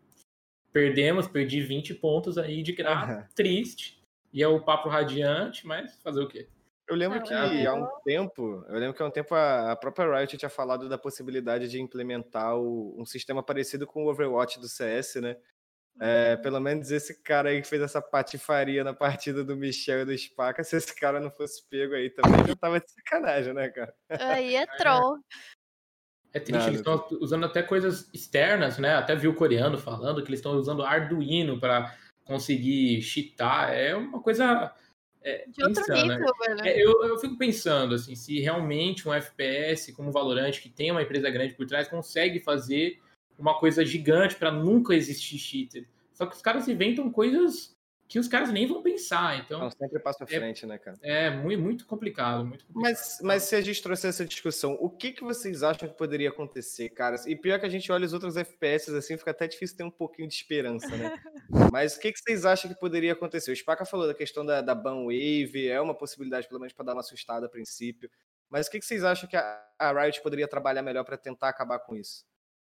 perdi 20 pontos aí de graça, triste. E é o papo radiante, mas fazer o quê? Eu lembro que há um tempo a própria Riot tinha falado da possibilidade de implementar um sistema parecido com o Overwatch do CS, né? Pelo menos esse cara aí que fez essa patifaria na partida do Michel e do Spaca, se esse cara não fosse pego aí também, já tava de sacanagem, né, cara? Aí é troll. É triste, eles estão usando até coisas externas, né? Até vi o coreano falando que eles estão usando Arduino para conseguir cheatar. É uma coisa de outro insana. nível, velho. Eu fico pensando, assim, se realmente um FPS como o Valorant, que tem uma empresa grande por trás, consegue fazer uma coisa gigante para nunca existir cheater. Só que os caras inventam coisas que os caras nem vão pensar, então... sempre passa à frente, né, cara? Muito complicado, muito complicado. Mas se a gente trouxer essa discussão, o que vocês acham que poderia acontecer, cara? E pior que a gente olha os outros FPS, assim, fica até difícil ter um pouquinho de esperança, né? Mas o que vocês acham que poderia acontecer? O Spaca falou da questão da banwave, é uma possibilidade, pelo menos, para dar uma assustada a princípio. Mas o que vocês acham que a Riot poderia trabalhar melhor para tentar acabar com isso?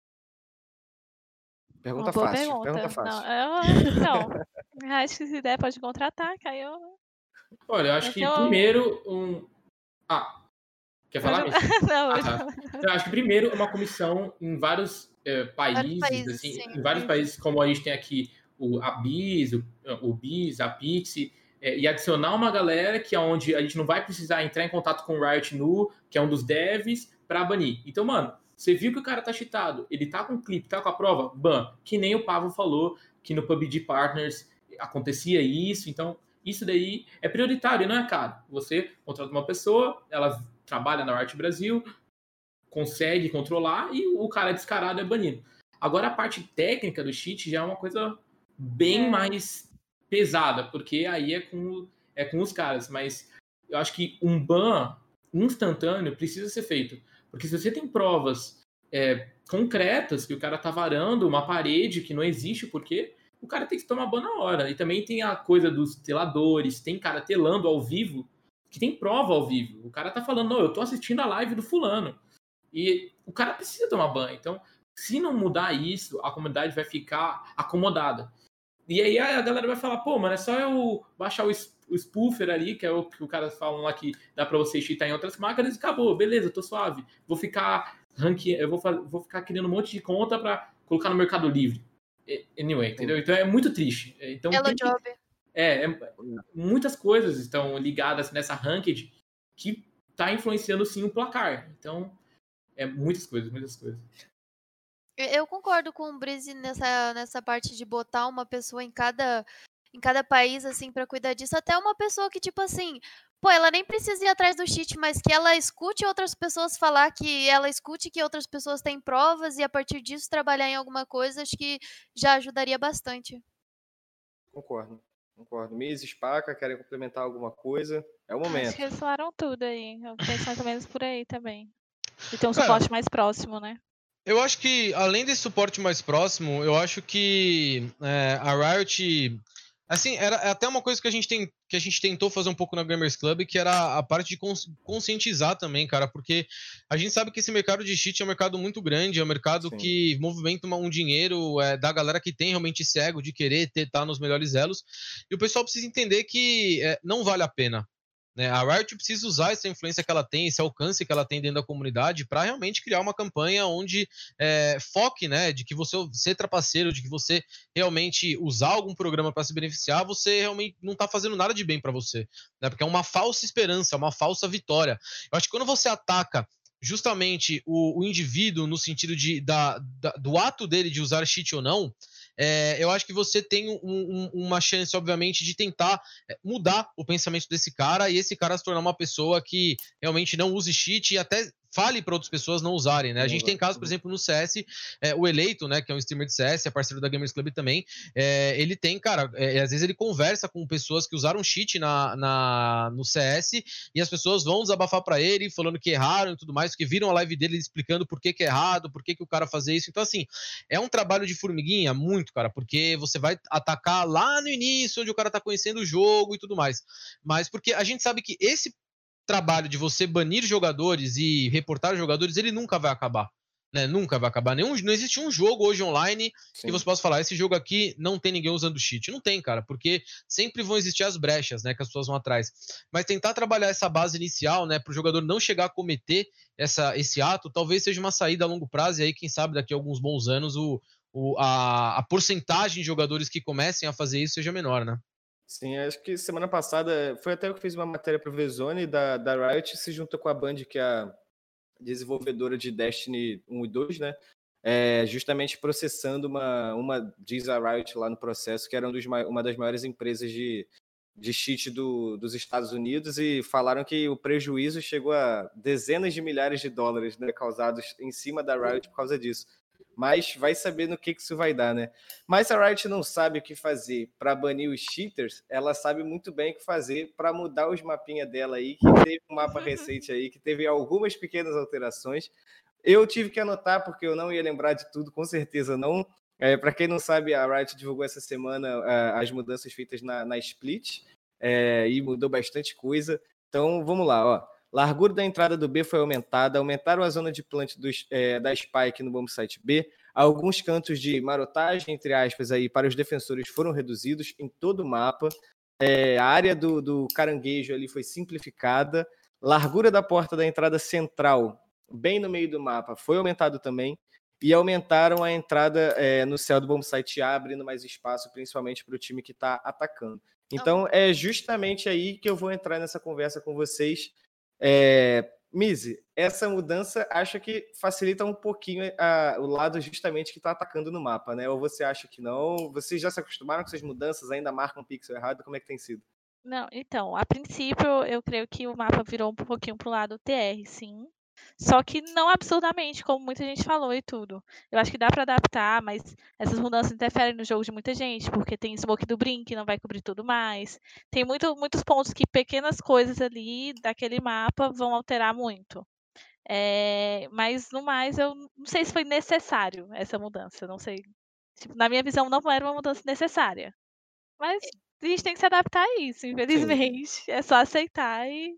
Pergunta fácil. Não, acho que se der pode contratar, Caio. Olha, eu acho que primeiro quer falar? Não, Eu acho que primeiro uma comissão em vários países, assim, em vários países, como a gente tem aqui a BIS, a Pixie, e adicionar uma galera que é onde a gente não vai precisar entrar em contato com o Riot Nu, que é um dos devs, para banir. Então, mano, você viu que o cara tá cheatado, ele tá com o clipe, tá com a prova, ban. Que nem o Pavo falou, que no PUBG Partners acontecia isso, então isso daí é prioritário, não é caro. Você contrata uma pessoa, ela trabalha na Riot Brasil, consegue controlar e o cara descarado é banido. Agora a parte técnica do cheat já é uma coisa bem mais pesada, porque aí é com os caras, mas eu acho que um ban instantâneo precisa ser feito. Porque se você tem provas concretas que o cara tá varando uma parede que não existe, porque o cara tem que tomar ban na hora. E também tem a coisa dos teladores, tem cara telando ao vivo, que tem prova ao vivo. O cara tá falando, não, eu tô assistindo a live do fulano. E o cara precisa tomar ban. Então, se não mudar isso, a comunidade vai ficar acomodada. E aí a galera vai falar, pô, mano, é só eu baixar o spoofer ali, que é o que o cara falam lá que dá pra você cheatar em outras máquinas e acabou, beleza, tô suave. Vou ficar vou ficar criando um monte de conta pra colocar no Mercado Livre. Anyway, entendeu? Então é muito triste. Então, muitas coisas estão ligadas nessa ranked que tá influenciando sim o placar. Então, muitas coisas. Eu concordo com o Breeze nessa parte de botar uma pessoa em cada país, assim, pra cuidar disso. Até uma pessoa que, tipo assim, Pô, ela nem precisa ir atrás do cheat, mas que ela escute outras pessoas falar, que ela escute que outras pessoas têm provas e a partir disso trabalhar em alguma coisa, acho que já ajudaria bastante. Concordo. Miz, Spaca, querem complementar alguma coisa? É o Acho que momento. eles falaram tudo aí. Eu penso mais ou menos por aí também. E ter um Cara, suporte mais próximo, né? Eu acho que, além desse suporte mais próximo, eu acho que a Riot. Assim, era até uma coisa que a gente tentou fazer um pouco na Gamers Club, que era a parte de conscientizar também, cara, porque a gente sabe que esse mercado de cheat é um mercado muito grande, é um mercado Sim. que movimenta um dinheiro da galera que tem realmente cego de querer estar nos melhores elos, e o pessoal precisa entender que não vale a pena. Né? A Riot precisa usar essa influência que ela tem, esse alcance que ela tem dentro da comunidade para realmente criar uma campanha onde foque, né, de que você ser trapaceiro, de que você realmente usar algum programa para se beneficiar, você realmente não está fazendo nada de bem para você, né? Porque é uma falsa esperança, uma falsa vitória. Eu acho que quando você ataca justamente o indivíduo no sentido do ato dele de usar cheat ou não, eu acho que você tem uma chance, obviamente, de tentar mudar o pensamento desse cara e esse cara se tornar uma pessoa que realmente não use cheat e até fale para outras pessoas não usarem, né? A gente tem casos, por exemplo, no CS, o Eleito, né, que é um streamer de CS, é parceiro da Gamers Club também, ele tem, cara, às vezes ele conversa com pessoas que usaram cheat no CS e as pessoas vão desabafar para ele, falando que erraram e tudo mais, que viram a live dele explicando por que é errado, por que o cara fazia isso. Então, assim, é um trabalho de formiguinha, muito, cara, porque você vai atacar lá no início, onde o cara tá conhecendo o jogo e tudo mais. Mas porque a gente sabe que esse trabalho de você banir jogadores e reportar jogadores, ele nunca vai acabar. Né? Nunca vai acabar. Não existe um jogo hoje online Sim. que você possa falar, esse jogo aqui não tem ninguém usando cheat. Não tem, cara, porque sempre vão existir as brechas, né, que as pessoas vão atrás. Mas tentar trabalhar essa base inicial, né, para o jogador não chegar a cometer esse ato, talvez seja uma saída a longo prazo, e aí, quem sabe, daqui a alguns bons anos, a porcentagem de jogadores que comecem a fazer isso seja menor, né? Sim, acho que semana passada foi até eu que fiz uma matéria para o Vezone da Riot, se juntou com a Band, que é a desenvolvedora de Destiny 1 e 2, né? Justamente processando diz a Riot lá no processo, que era uma das maiores empresas de cheat dos Estados Unidos, e falaram que o prejuízo chegou a dezenas de milhares de dólares, né, causados em cima da Riot por causa disso. Mas vai saber no que isso vai dar, né? Mas se a Riot não sabe o que fazer para banir os cheaters, ela sabe muito bem o que fazer para mudar os mapinhas dela aí, que teve um mapa recente aí, que teve algumas pequenas alterações. Eu tive que anotar, porque eu não ia lembrar de tudo, com certeza não. Para quem não sabe, a Riot divulgou essa semana as mudanças feitas na Split, e mudou bastante coisa. Então, vamos lá, ó. Largura da entrada do B foi aumentada, aumentaram a zona de plant da Spike no bombsite B, alguns cantos de marotagem, entre aspas, aí, para os defensores foram reduzidos em todo o mapa, a área do caranguejo ali foi simplificada, largura da porta da entrada central, bem no meio do mapa, foi aumentado também, e aumentaram a entrada no céu do bombsite A, abrindo mais espaço, principalmente para o time que está atacando. Então, é justamente aí que eu vou entrar nessa conversa com vocês. Mizi, essa mudança acha que facilita um pouquinho o lado justamente que está atacando no mapa, né? Ou você acha que não? Vocês já se acostumaram com essas mudanças? Ainda marcam um pixel errado? Como é que tem sido? Não, então, a princípio, eu creio que o mapa virou um pouquinho pro lado TR, sim. Só que não absurdamente, como muita gente falou e tudo. Eu acho que dá para adaptar, mas essas mudanças interferem no jogo de muita gente, porque tem smoke do Brink, não vai cobrir tudo mais. Tem muitos pontos que pequenas coisas ali daquele mapa vão alterar muito. Mas no mais, eu não sei se foi necessário essa mudança. Não sei. Tipo, na minha visão, não era uma mudança necessária. Mas a gente tem que se adaptar a isso, infelizmente. Sim. É só aceitar e.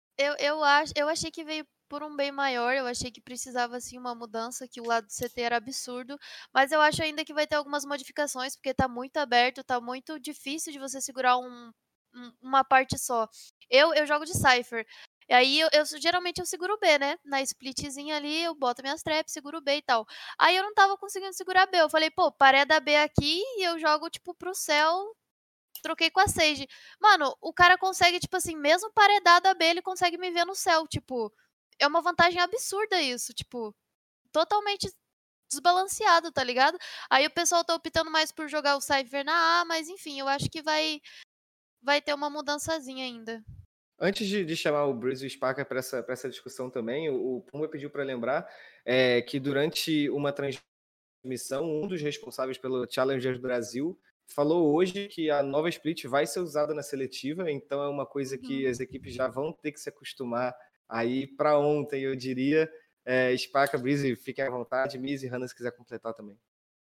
Eu achei que veio por um bem maior, eu achei que precisava assim uma mudança, que o lado do CT era absurdo, mas eu acho ainda que vai ter algumas modificações, porque tá muito aberto, tá muito difícil de você segurar uma parte só. Eu jogo de Cypher. E aí geralmente eu seguro B, né? Na splitzinha ali, eu boto minhas traps, seguro B e tal. Aí eu não tava conseguindo segurar B. Eu falei, pô, pareda B aqui e eu jogo, tipo, pro céu. Troquei com a Sage. Mano, o cara consegue, tipo assim, mesmo paredado a B, ele consegue me ver no céu. Tipo, é uma vantagem absurda isso. Tipo, totalmente desbalanceado, tá ligado? Aí o pessoal tá optando mais por jogar o Cypher na A, mas enfim, eu acho que vai ter uma mudançazinha ainda. Antes de chamar o Breeze e o Spaca para essa discussão também, o Pumba pediu para lembrar que durante uma transmissão, um dos responsáveis pelo Challengers Brasil falou hoje que a nova split vai ser usada na seletiva, então é uma coisa que as equipes já vão ter que se acostumar aí para ontem, eu diria. Spaca, Breeze, fiquem à vontade. Miz e Hannah, se quiser completar também.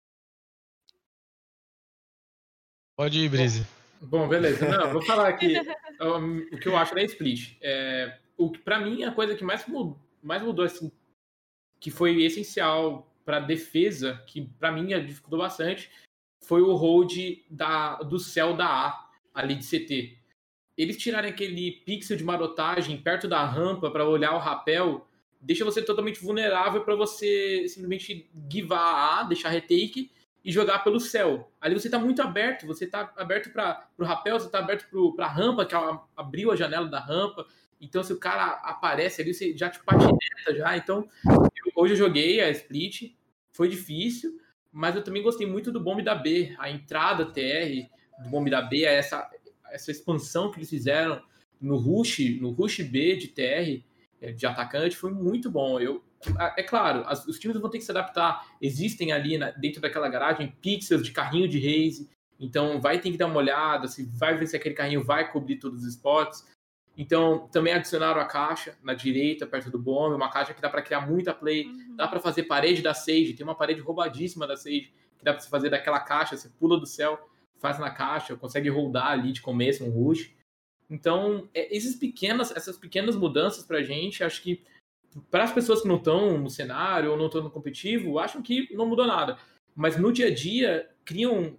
Pode ir, Breeze. Bom, beleza. Não, vou falar aqui o que eu acho da split. Para mim, a coisa que mais mudou, assim, que foi essencial para a defesa, que para mim dificultou bastante, foi o hold do céu da A, ali de CT. Eles tirarem aquele pixel de marotagem perto da rampa para olhar o rapel, deixa você totalmente vulnerável para você simplesmente givar a A, deixar retake e jogar pelo céu. Ali você está muito aberto, você está aberto para o rapel, você está aberto para a rampa, que abriu a janela da rampa. Então, se o cara aparece ali, você já te patineta já. Então, hoje eu joguei a split, foi difícil, mas eu também gostei muito do bomb da B. A entrada TR do bomb da B, essa expansão que eles fizeram no rush B de TR, de atacante, foi muito bom. É claro, os times vão ter que se adaptar. Existem ali dentro daquela garagem pixels de carrinho de raise, então vai ter que dar uma olhada, vai ver se aquele carrinho vai cobrir todos os spots. Então também adicionaram a caixa na direita, perto do bomb, uma caixa que dá para criar muita play, dá para fazer parede da Sage, tem uma parede roubadíssima da Sage, que dá para você fazer daquela caixa, você pula do céu, faz na caixa, consegue rodar ali de começo, um rush. Então, essas pequenas mudanças pra gente, acho que para as pessoas que não estão no cenário ou não estão no competitivo, acham que não mudou nada. Mas no dia a dia, criam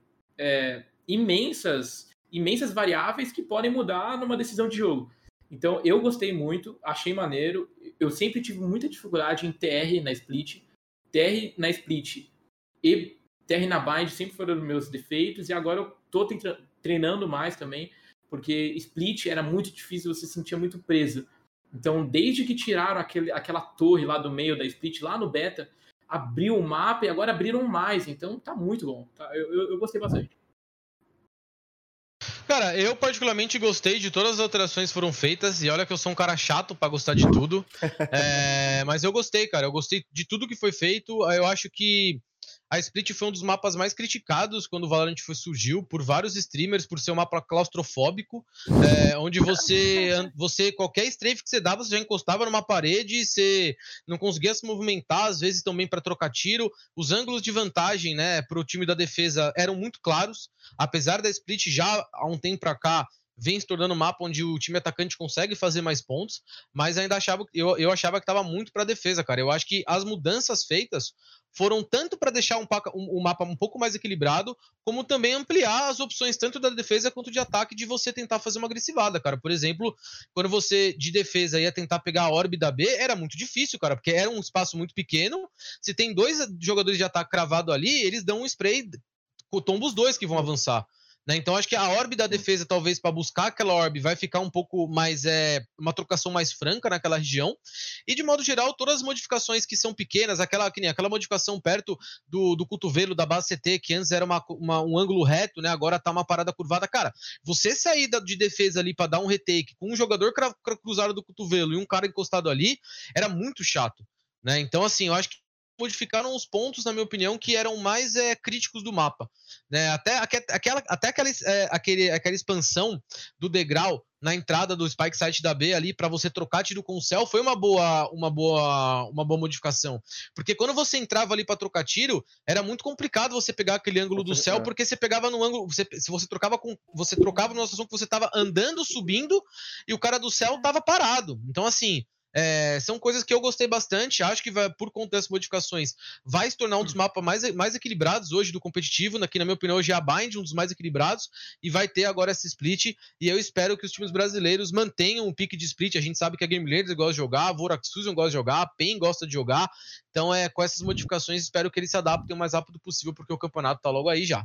imensas variáveis que podem mudar numa decisão de jogo. Então, eu gostei muito, achei maneiro. Eu sempre tive muita dificuldade em TR na split. TR na split e TR na bind sempre foram os meus defeitos. E agora eu tô treinando mais também, porque split era muito difícil, você se sentia muito preso. Então, desde que tiraram aquela torre lá do meio da split, lá no beta, abriu o mapa e agora abriram mais. Então, tá muito bom. Tá? Eu gostei bastante. Cara, eu particularmente gostei de todas as alterações que foram feitas, e olha que eu sou um cara chato pra gostar de tudo, mas eu gostei, cara, eu gostei de tudo que foi feito. Eu acho que a Split foi um dos mapas mais criticados quando o Valorant surgiu por vários streamers, por ser um mapa claustrofóbico, onde você qualquer strafe que você dava, você já encostava numa parede e você não conseguia se movimentar, às vezes também para trocar tiro. Os ângulos de vantagem, né, para o time da defesa eram muito claros, apesar da Split já há um tempo para cá vem se tornando um mapa onde o time atacante consegue fazer mais pontos, mas ainda eu achava que estava muito para a defesa, cara. Eu acho que as mudanças feitas foram tanto para deixar o mapa um pouco mais equilibrado, como também ampliar as opções tanto da defesa quanto de ataque, de você tentar fazer uma agressivada, cara. Por exemplo, quando você de defesa ia tentar pegar a orb da B, era muito difícil, cara, porque era um espaço muito pequeno. Se tem dois jogadores de ataque cravado ali, eles dão um spray, tomba os dois que vão avançar. Então, acho que a orb da defesa, talvez, para buscar aquela orb, vai ficar um pouco mais, uma trocação mais franca naquela região. E, de modo geral, todas as modificações que são pequenas, aquela modificação perto do cotovelo da base CT, que antes era um ângulo reto, né? Agora tá uma parada curvada. Cara, você sair de defesa ali para dar um retake com um jogador cruzado do cotovelo e um cara encostado ali, era muito chato, né? Então, assim, eu acho que modificaram os pontos, na minha opinião, que eram mais críticos do mapa, né? Até aquela expansão do degrau na entrada do Spike Site da B ali para você trocar tiro com o céu foi uma boa modificação, porque quando você entrava ali para trocar tiro era muito complicado você pegar aquele ângulo do céu, porque você pegava no ângulo, se você trocava numa situação que você estava andando, subindo e o cara do céu estava parado. Então, assim, são coisas que eu gostei bastante. Acho que por conta dessas modificações vai se tornar um dos mapas mais equilibrados hoje do competitivo, aqui na minha opinião hoje é a Bind, um dos mais equilibrados, e vai ter agora essa split, e eu espero que os times brasileiros mantenham um pique de split. A gente sabe que a Game Leaders gosta de jogar, a Vorax Fusion gosta de jogar, a PEN gosta de jogar, então com essas modificações espero que eles se adaptem o mais rápido possível, porque o campeonato tá logo aí já.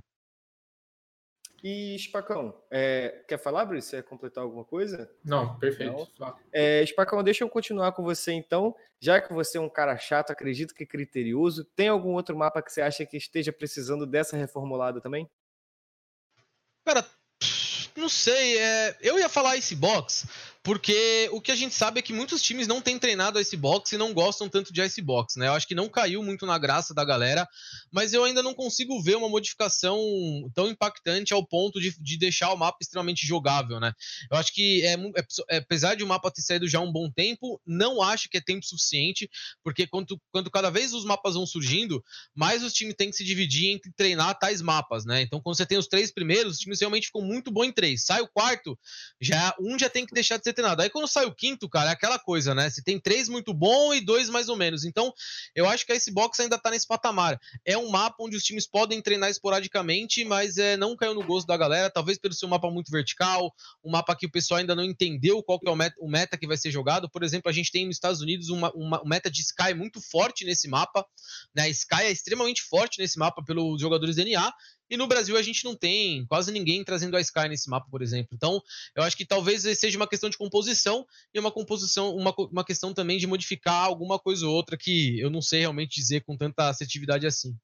E, Spacão, quer falar, Bruce? Quer completar alguma coisa? Não, perfeito. Não. Spacão, deixa eu continuar com você, então. Já que você é um cara chato, acredito que criterioso, tem algum outro mapa que você acha que esteja precisando dessa reformulada também? Cara, não sei. Eu ia falar Icebox, Porque o que a gente sabe é que muitos times não têm treinado Icebox e não gostam tanto de Icebox, né? Eu acho que não caiu muito na graça da galera, mas eu ainda não consigo ver uma modificação tão impactante ao ponto de deixar o mapa extremamente jogável, né? Eu acho que, apesar de o mapa ter saído já há um bom tempo, não acho que é tempo suficiente, porque quando cada vez os mapas vão surgindo, mais os times têm que se dividir entre treinar tais mapas, né? Então, quando você tem os 3 primeiros, os times realmente ficam muito bons em 3. Sai o quarto, já tem que deixar de ser treinado. Aí quando sai o quinto, cara, é aquela coisa, né? Se tem 3 muito bom e 2 mais ou menos. Então, eu acho que a Icebox ainda tá nesse patamar. É um mapa onde os times podem treinar esporadicamente, mas não caiu no gosto da galera, talvez pelo seu mapa muito vertical, um mapa que o pessoal ainda não entendeu qual que é o meta que vai ser jogado. Por exemplo, a gente tem nos Estados Unidos um meta de Sky muito forte nesse mapa, né? A Sky é extremamente forte nesse mapa pelos jogadores DNA, e no Brasil a gente não tem quase ninguém trazendo a Sky nesse mapa, por exemplo. Então, eu acho que talvez seja uma questão de composição e uma questão também de modificar alguma coisa ou outra que eu não sei realmente dizer com tanta assertividade assim.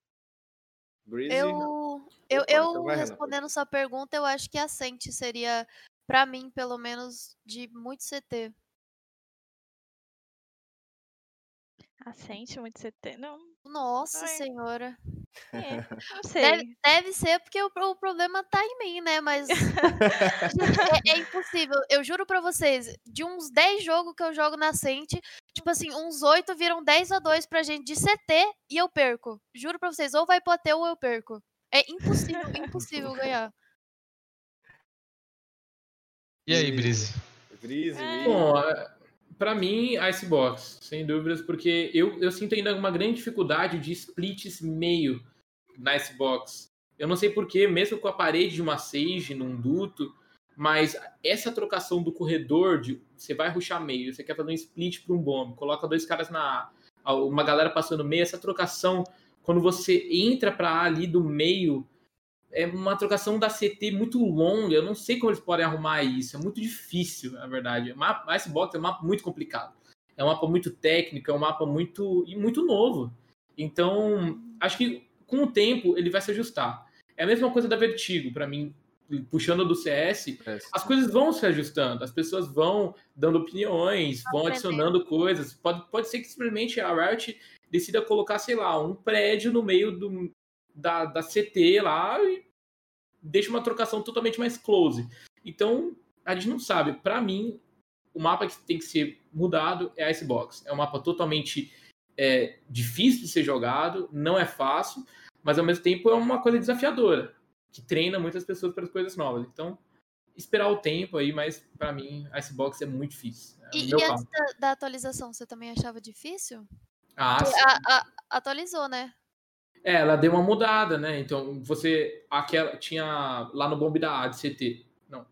Eu respondendo sua pergunta, eu acho que a Ascent seria, pra mim, pelo menos, de muito CT. Ascent, muito CT? Não. Nossa senhora. Não sei. Deve ser porque o problema tá em mim, né? Mas é impossível. Eu juro pra vocês, de uns 10 jogos que eu jogo na Ascent, tipo assim, uns 8 viram 10-2 pra gente de CT e eu perco. Juro pra vocês, ou vai pro AT ou eu perco. É impossível ganhar. E aí, Brise? Bom, pra mim, Icebox, sem dúvidas, porque eu sinto ainda uma grande dificuldade de splits meio na Icebox. Eu não sei porquê, mesmo com a parede de uma Sage num duto, mas essa trocação do corredor, você vai rushar meio, você quer fazer um split para um bomb, coloca 2 caras na A, uma galera passando meio, essa trocação, quando você entra pra A ali do meio, é uma trocação da CT muito longa, eu não sei como eles podem arrumar isso, é muito difícil, na verdade. A Icebox é um mapa muito complicado, é um mapa muito técnico, é um mapa muito novo. Então, acho que com o tempo ele vai se ajustar. É a mesma coisa da Vertigo, pra mim, puxando do CS, as coisas vão se ajustando, as pessoas vão dando opiniões, vão adicionando coisas. Pode ser que simplesmente a Riot decida colocar, sei lá, um prédio no meio da CT lá e deixa uma trocação totalmente mais close. Então, a gente não sabe. Pra mim, o mapa que tem que ser mudado é a Icebox. É um mapa totalmente difícil de ser jogado, não é fácil, mas ao mesmo tempo é uma coisa desafiadora, que treina muitas pessoas para as coisas novas. Então, esperar o tempo aí, mas pra mim, a Icebox é muito difícil. E antes da atualização, você também achava difícil? Atualizou, né? Ela deu uma mudada, né? Então, tinha lá no bombe da A de CT. Não,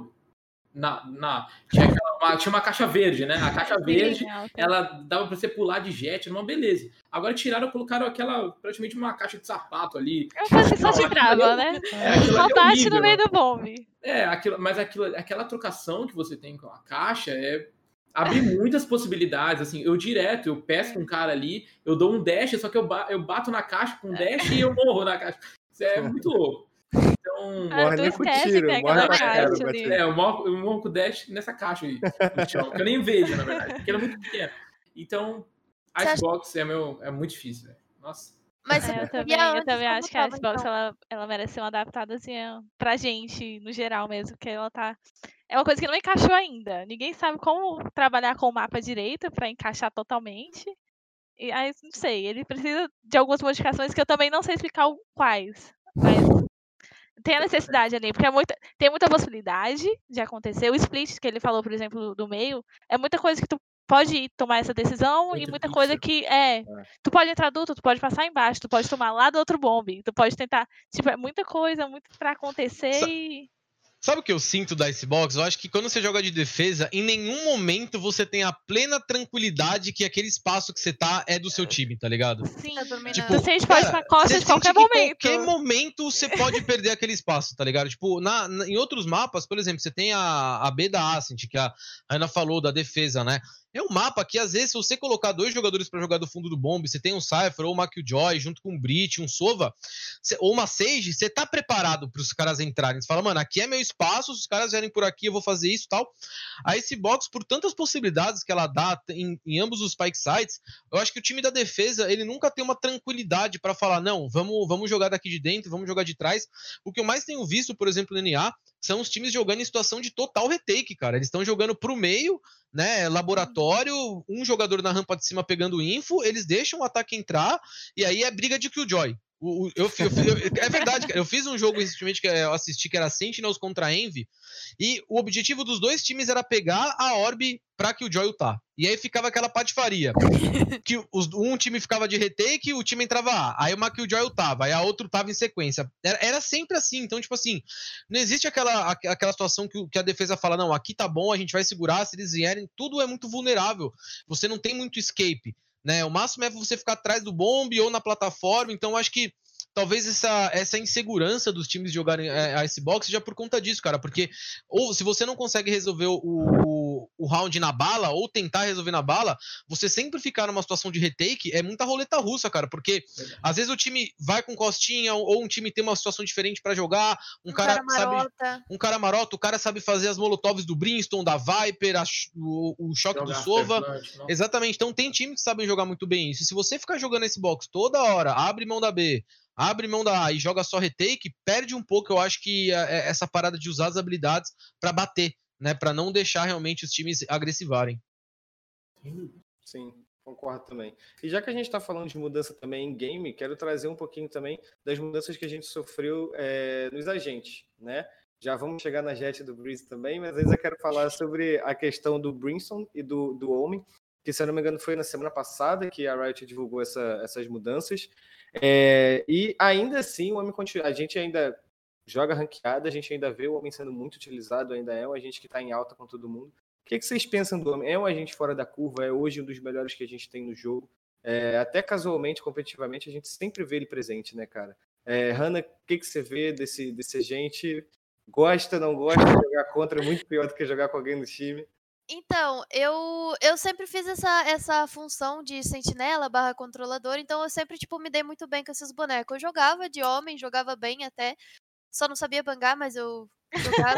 tinha uma caixa verde, né? A caixa verde, ela dava pra você pular de jet, numa beleza. Agora colocaram praticamente uma caixa de sapato ali. Você só te trava, né? Só bate no meio do bombe. Mas aquela trocação que você tem com a caixa abre muitas possibilidades, assim, eu pesco um cara ali, eu dou um dash, só que eu bato na caixa com um dash e eu morro na caixa. Isso é muito louco. Então... morre nem com tiro, morre com caixa. Eu morro com o dash nessa caixa aí, no chão, que eu nem vejo, na verdade, porque ela é muito pequena. Então, a Icebox é muito difícil, velho. Nossa. Mas eu também acho que a Xbox ela merece ser uma adaptada assim, pra gente, no geral mesmo, porque ela tá... É uma coisa que não encaixou ainda. Ninguém sabe como trabalhar com o mapa direito pra encaixar totalmente. E aí, não sei, ele precisa de algumas modificações que eu também não sei explicar quais. Mas tem a necessidade ali, porque tem muita possibilidade de acontecer. O split que ele falou, por exemplo, do meio, é muita coisa que tu pode tomar essa decisão e muita coisa que tu pode entrar duto, tu pode passar embaixo, tu pode tomar lá do outro bombe, tu pode tentar, tipo, é muita coisa, muito pra acontecer e... Sabe o que eu sinto da Icebox? Eu acho que quando você joga de defesa, em nenhum momento você tem a plena tranquilidade que aquele espaço que você tá é do seu time, tá ligado? Sim, tipo, você sente pode pra costa de qualquer momento. Em qualquer momento você pode perder aquele espaço, tá ligado? Tipo, em outros mapas, por exemplo, você tem a B da Ascent, que a Ana falou da defesa, né? É um mapa que, às vezes, se você colocar 2 jogadores pra jogar do fundo do bombe, você tem um Cypher ou uma Killjoy junto com um Breach, um Sova, ou uma Sage, você tá preparado pros caras entrarem. Você fala, mano, aqui é meu espaço, se os caras vierem por aqui, eu vou fazer isso e tal. A Icebox, por tantas possibilidades que ela dá em ambos os spike sites, eu acho que o time da defesa, ele nunca tem uma tranquilidade pra falar, não, vamos jogar daqui de dentro, vamos jogar de trás. O que eu mais tenho visto, por exemplo, no NA, são os times jogando em situação de total retake, cara. Eles estão jogando pro meio, né, laboratório, um jogador na rampa de cima pegando info, eles deixam o ataque entrar, e aí é briga de Killjoy. É verdade, cara. Eu fiz um jogo recentemente que eu assisti, que era Sentinels contra Envy, e o objetivo dos dois times era pegar a Orb pra Killjoy ultar. E aí ficava aquela patifaria. Que um time ficava de retake e o time entrava A. Aí uma Killjoy ultava, aí a outra ultava em sequência. Era sempre assim. Então, tipo assim, não existe aquela situação que a defesa fala, não, aqui tá bom, a gente vai segurar, se eles vierem, tudo é muito vulnerável. Você não tem muito escape, né? O máximo é você ficar atrás do bombe ou na plataforma. Então, eu acho que talvez essa insegurança dos times jogarem a Icebox seja por conta disso, cara. Porque ou se você não consegue resolver o round na bala, ou tentar resolver na bala, você sempre ficar numa situação de retake é muita roleta russa, cara. Porque às vezes o time vai com costinha, ou um time tem uma situação diferente pra jogar, um cara marota, o cara sabe fazer as molotovs do Brimstone, da Viper, o choque do Sova. Exatamente. Então tem times que sabem jogar muito bem isso. E se você ficar jogando esse box toda hora, abre mão da B, abre mão da A e joga só retake, perde um pouco, eu acho que essa parada de usar as habilidades pra bater, né? Pra não deixar realmente os times agressivarem. Sim, concordo também. E já que a gente tá falando de mudança também em game, quero trazer um pouquinho também das mudanças que a gente sofreu nos agentes, né? Já vamos chegar na jet do Breeze também, mas antes eu quero falar sobre a questão do Brimstone e do Omen, que, se eu não me engano, foi na semana passada que a Riot divulgou essas mudanças. E ainda assim, o Homem continua. A gente ainda joga ranqueada, a gente ainda vê o Homem sendo muito utilizado, ainda é um agente que está em alta com todo mundo. O que vocês pensam do Homem? É um agente fora da curva, é hoje um dos melhores que a gente tem no jogo. Até casualmente, competitivamente, a gente sempre vê ele presente, né, cara? Hanna, o que você vê desse agente? Gosta, não gosta de jogar contra? É muito pior do que jogar com alguém no time. Então, eu sempre fiz essa função de sentinela / controlador, então eu sempre, tipo, me dei muito bem com esses bonecos. Eu jogava de homem, jogava bem até, só não sabia bangar, mas eu jogava.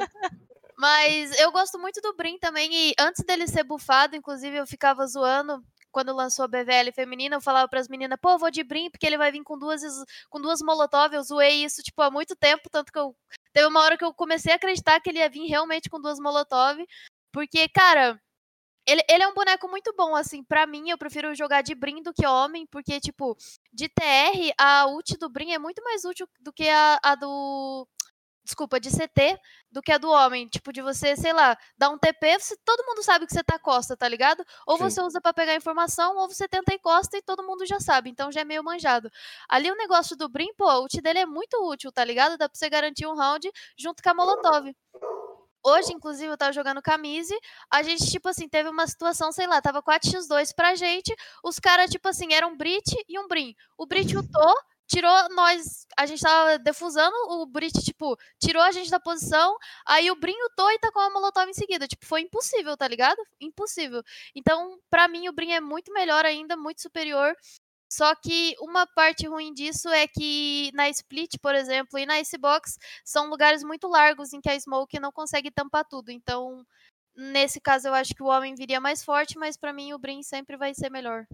Mas eu gosto muito do Brim também, e antes dele ser bufado, inclusive eu ficava zoando, quando lançou a BVL feminina, eu falava pras meninas, pô, vou de Brim, porque ele vai vir com duas molotov, eu zoei isso, tipo, há muito tempo, tanto que teve uma hora que eu comecei a acreditar que ele ia vir realmente com 2 molotov, porque, cara, ele é um boneco muito bom, assim, pra mim, eu prefiro jogar de Brim do que homem, porque, tipo, de TR, a ult do Brim é muito mais útil do que a do... Desculpa, de CT, do que a do homem. Tipo, de você, sei lá, dar um TP, todo mundo sabe que você tá costa, tá ligado? Ou você usa pra pegar informação, ou você tenta encosta e todo mundo já sabe, então já é meio manjado. Ali o negócio do Brim, pô, a ult dele é muito útil, tá ligado? Dá pra você garantir um round junto com a Molotov. Hoje, inclusive, eu tava jogando Camise, a gente, tipo assim, teve uma situação, sei lá, tava 4x2 pra gente, os caras, tipo assim, eram um Brit e um Brim. O Brit ultou, tirou nós, a gente tava defusando, o Brit, tipo, tirou a gente da posição, aí o Brim ultou e tacou a Molotov em seguida. Tipo, foi impossível, tá ligado? Impossível. Então, pra mim, o Brim é muito melhor ainda, muito superior. Só que uma parte ruim disso é que na Split, por exemplo, e na Icebox, são lugares muito largos em que a Smoke não consegue tampar tudo. Então, nesse caso, eu acho que o homem viria mais forte, mas pra mim o Brim sempre vai ser melhor.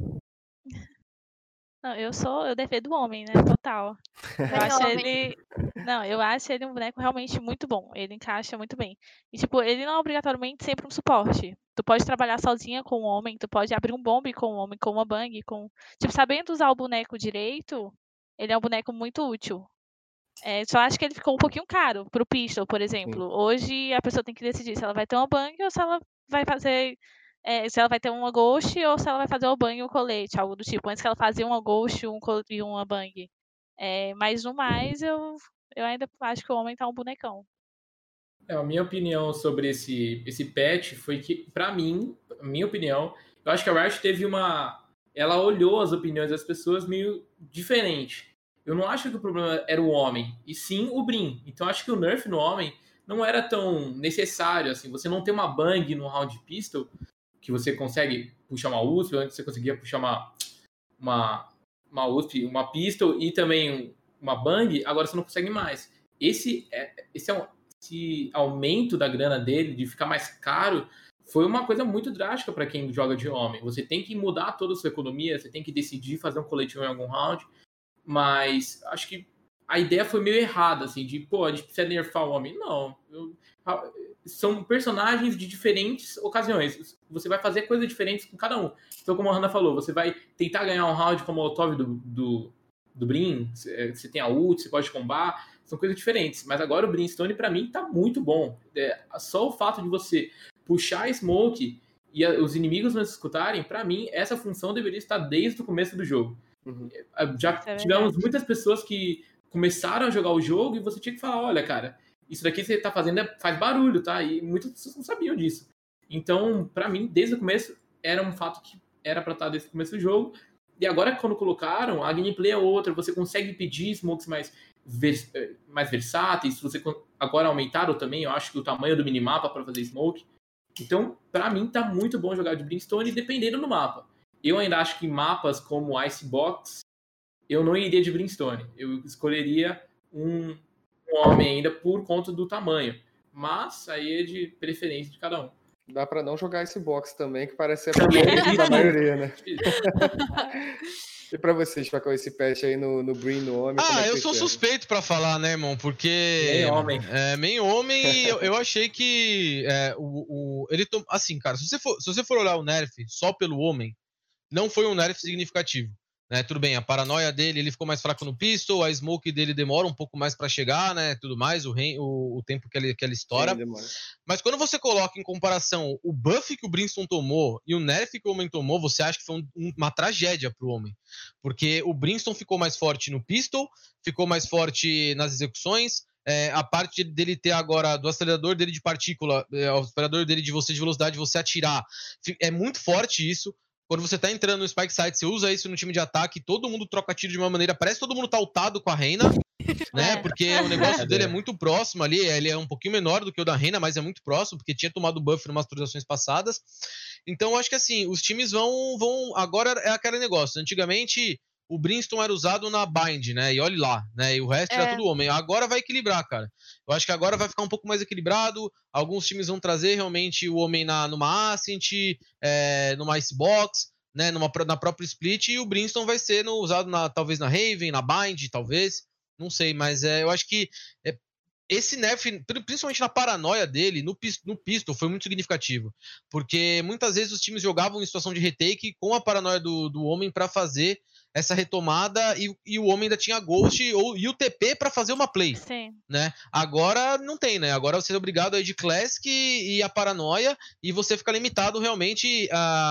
Não, eu defendo o homem, né? Total. Eu acho ele um boneco realmente muito bom. Ele encaixa muito bem. E, tipo, ele não é obrigatoriamente sempre um suporte. Tu pode trabalhar sozinha com o homem, tu pode abrir um bombe com o homem, com uma bang, tipo, sabendo usar o boneco direito, ele é um boneco muito útil. Só acho que ele ficou um pouquinho caro pro pistol, por exemplo. Sim. Hoje a pessoa tem que decidir se ela vai ter uma bang ou se ela vai fazer... se ela vai ter uma ghost ou se ela vai fazer o bang e o colete, algo do tipo. Antes que ela fazia uma ghost e uma bang. Mas no mais, eu ainda acho que o homem tá um bonecão. A minha opinião sobre esse patch foi que, pra mim, minha opinião, eu acho que a Riot teve ela olhou as opiniões das pessoas meio diferente. Eu não acho que o problema era o homem, e sim o Brim. Então acho que o nerf no homem não era tão necessário, assim. Você não ter uma bang no round pistol que você consegue puxar uma USP, antes você conseguia puxar uma USP, uma pistol e também uma bang, agora você não consegue mais. Esse aumento da grana dele, de ficar mais caro, foi uma coisa muito drástica para quem joga de homem. Você tem que mudar toda a sua economia, você tem que decidir fazer um coletivo em algum round, mas acho que a ideia foi meio errada, assim, de, a gente precisa nerfar o homem. Não. São personagens de diferentes ocasiões. Você vai fazer coisas diferentes com cada um. Então, como a Hannah falou, você vai tentar ganhar um round como o Molotov do Brim, você tem a ult, você pode combar, são coisas diferentes. Mas agora o Brimstone, pra mim, tá muito bom. Só o fato de você puxar a smoke e os inimigos não se escutarem, pra mim, essa função deveria estar desde o começo do jogo. Já tivemos muitas pessoas que começaram a jogar o jogo e você tinha que falar, olha, cara, isso daqui que você tá fazendo faz barulho, tá? E muitas pessoas não sabiam disso. Então, pra mim, desde o começo, era um fato que era pra estar desde o começo do jogo. E agora, quando colocaram, a gameplay é outra. Você consegue pedir smokes mais versáteis. Agora aumentaram também, eu acho que o tamanho do minimapa pra fazer smoke. Então, pra mim, tá muito bom jogar de Brimstone, dependendo do mapa. Eu ainda acho que mapas como Icebox, eu não iria de Brimstone. Eu escolheria um homem ainda por conta do tamanho. Mas aí é de preferência de cada um. Dá pra não jogar esse box também, que parece ser a da maioria, né? E pra vocês, Facão, esse patch aí no Brim, no homem? Eu sou suspeito pra falar, né, irmão? Porque... Meio homem, e eu achei que... Assim, cara, se você for olhar o nerf só pelo homem, não foi um nerf significativo. Né, tudo bem, a paranoia dele, ele ficou mais fraco no pistol, a smoke dele demora um pouco mais pra chegar, né, tudo mais, o tempo que ela estoura. Sim, mas quando você coloca em comparação o buff que o Brimstone tomou e o nerf que o homem tomou, você acha que foi uma tragédia pro homem. Porque o Brimstone ficou mais forte no pistol, ficou mais forte nas execuções, a parte dele ter agora, do acelerador dele de partícula, o acelerador dele de velocidade, você atirar, é muito forte isso. Quando você tá entrando no Spike Site, você usa isso no time de ataque, todo mundo troca tiro de uma maneira, parece que todo mundo tá ultado com a Reina, né? Porque o negócio dele é muito próximo ali, ele é um pouquinho menor do que o da Reina, mas é muito próximo, porque tinha tomado buff em umas atualizações passadas. Então, eu acho que assim, os times vão... Agora é aquele negócio, antigamente o Brimstone era usado na Bind, né? E olhe lá, né? E o resto era tudo homem. Agora vai equilibrar, cara. Eu acho que agora vai ficar um pouco mais equilibrado. Alguns times vão trazer realmente o homem numa Ascent, numa Icebox, né? Na própria Split. E o Brimstone vai ser usado talvez na Raven, na Bind, talvez. Não sei, mas eu acho que esse nerf, principalmente na paranoia dele, no pistol, foi muito significativo. Porque muitas vezes os times jogavam em situação de retake com a paranoia do homem pra fazer essa retomada e o homem ainda tinha Ghost e o TP pra fazer uma play. Sim. Né? Agora não tem, né? Agora você é obrigado a ir de Classic e a paranoia e você fica limitado realmente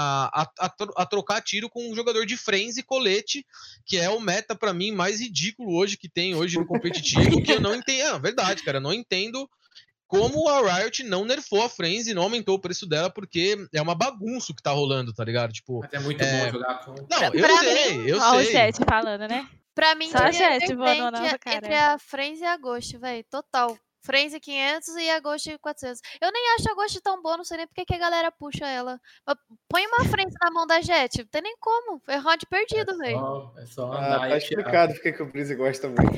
a trocar tiro com um jogador de Frenzy e colete, que é o meta pra mim mais ridículo hoje que tem hoje no competitivo, que eu não entendo. É verdade, cara, eu não entendo como a Riot não nerfou a Frenzy, não aumentou o preço dela, porque é uma bagunça que tá rolando, tá ligado? Tipo, mas é muito bom jogar com... Não, eu sei. Ó, o chat falando, né? Pra mim, só a chat voando na nossa cara. Entre a Frenzy e a Ghost, velho, total. Frenzy 500 e a Ghost 400. Eu nem acho a Ghost tão boa, não sei nem porque que a galera puxa ela. Mas põe uma Frenzy na mão da Jet, não tem nem como. É round perdido, velho. É só andar tá explicado porque que o Breeze gosta muito.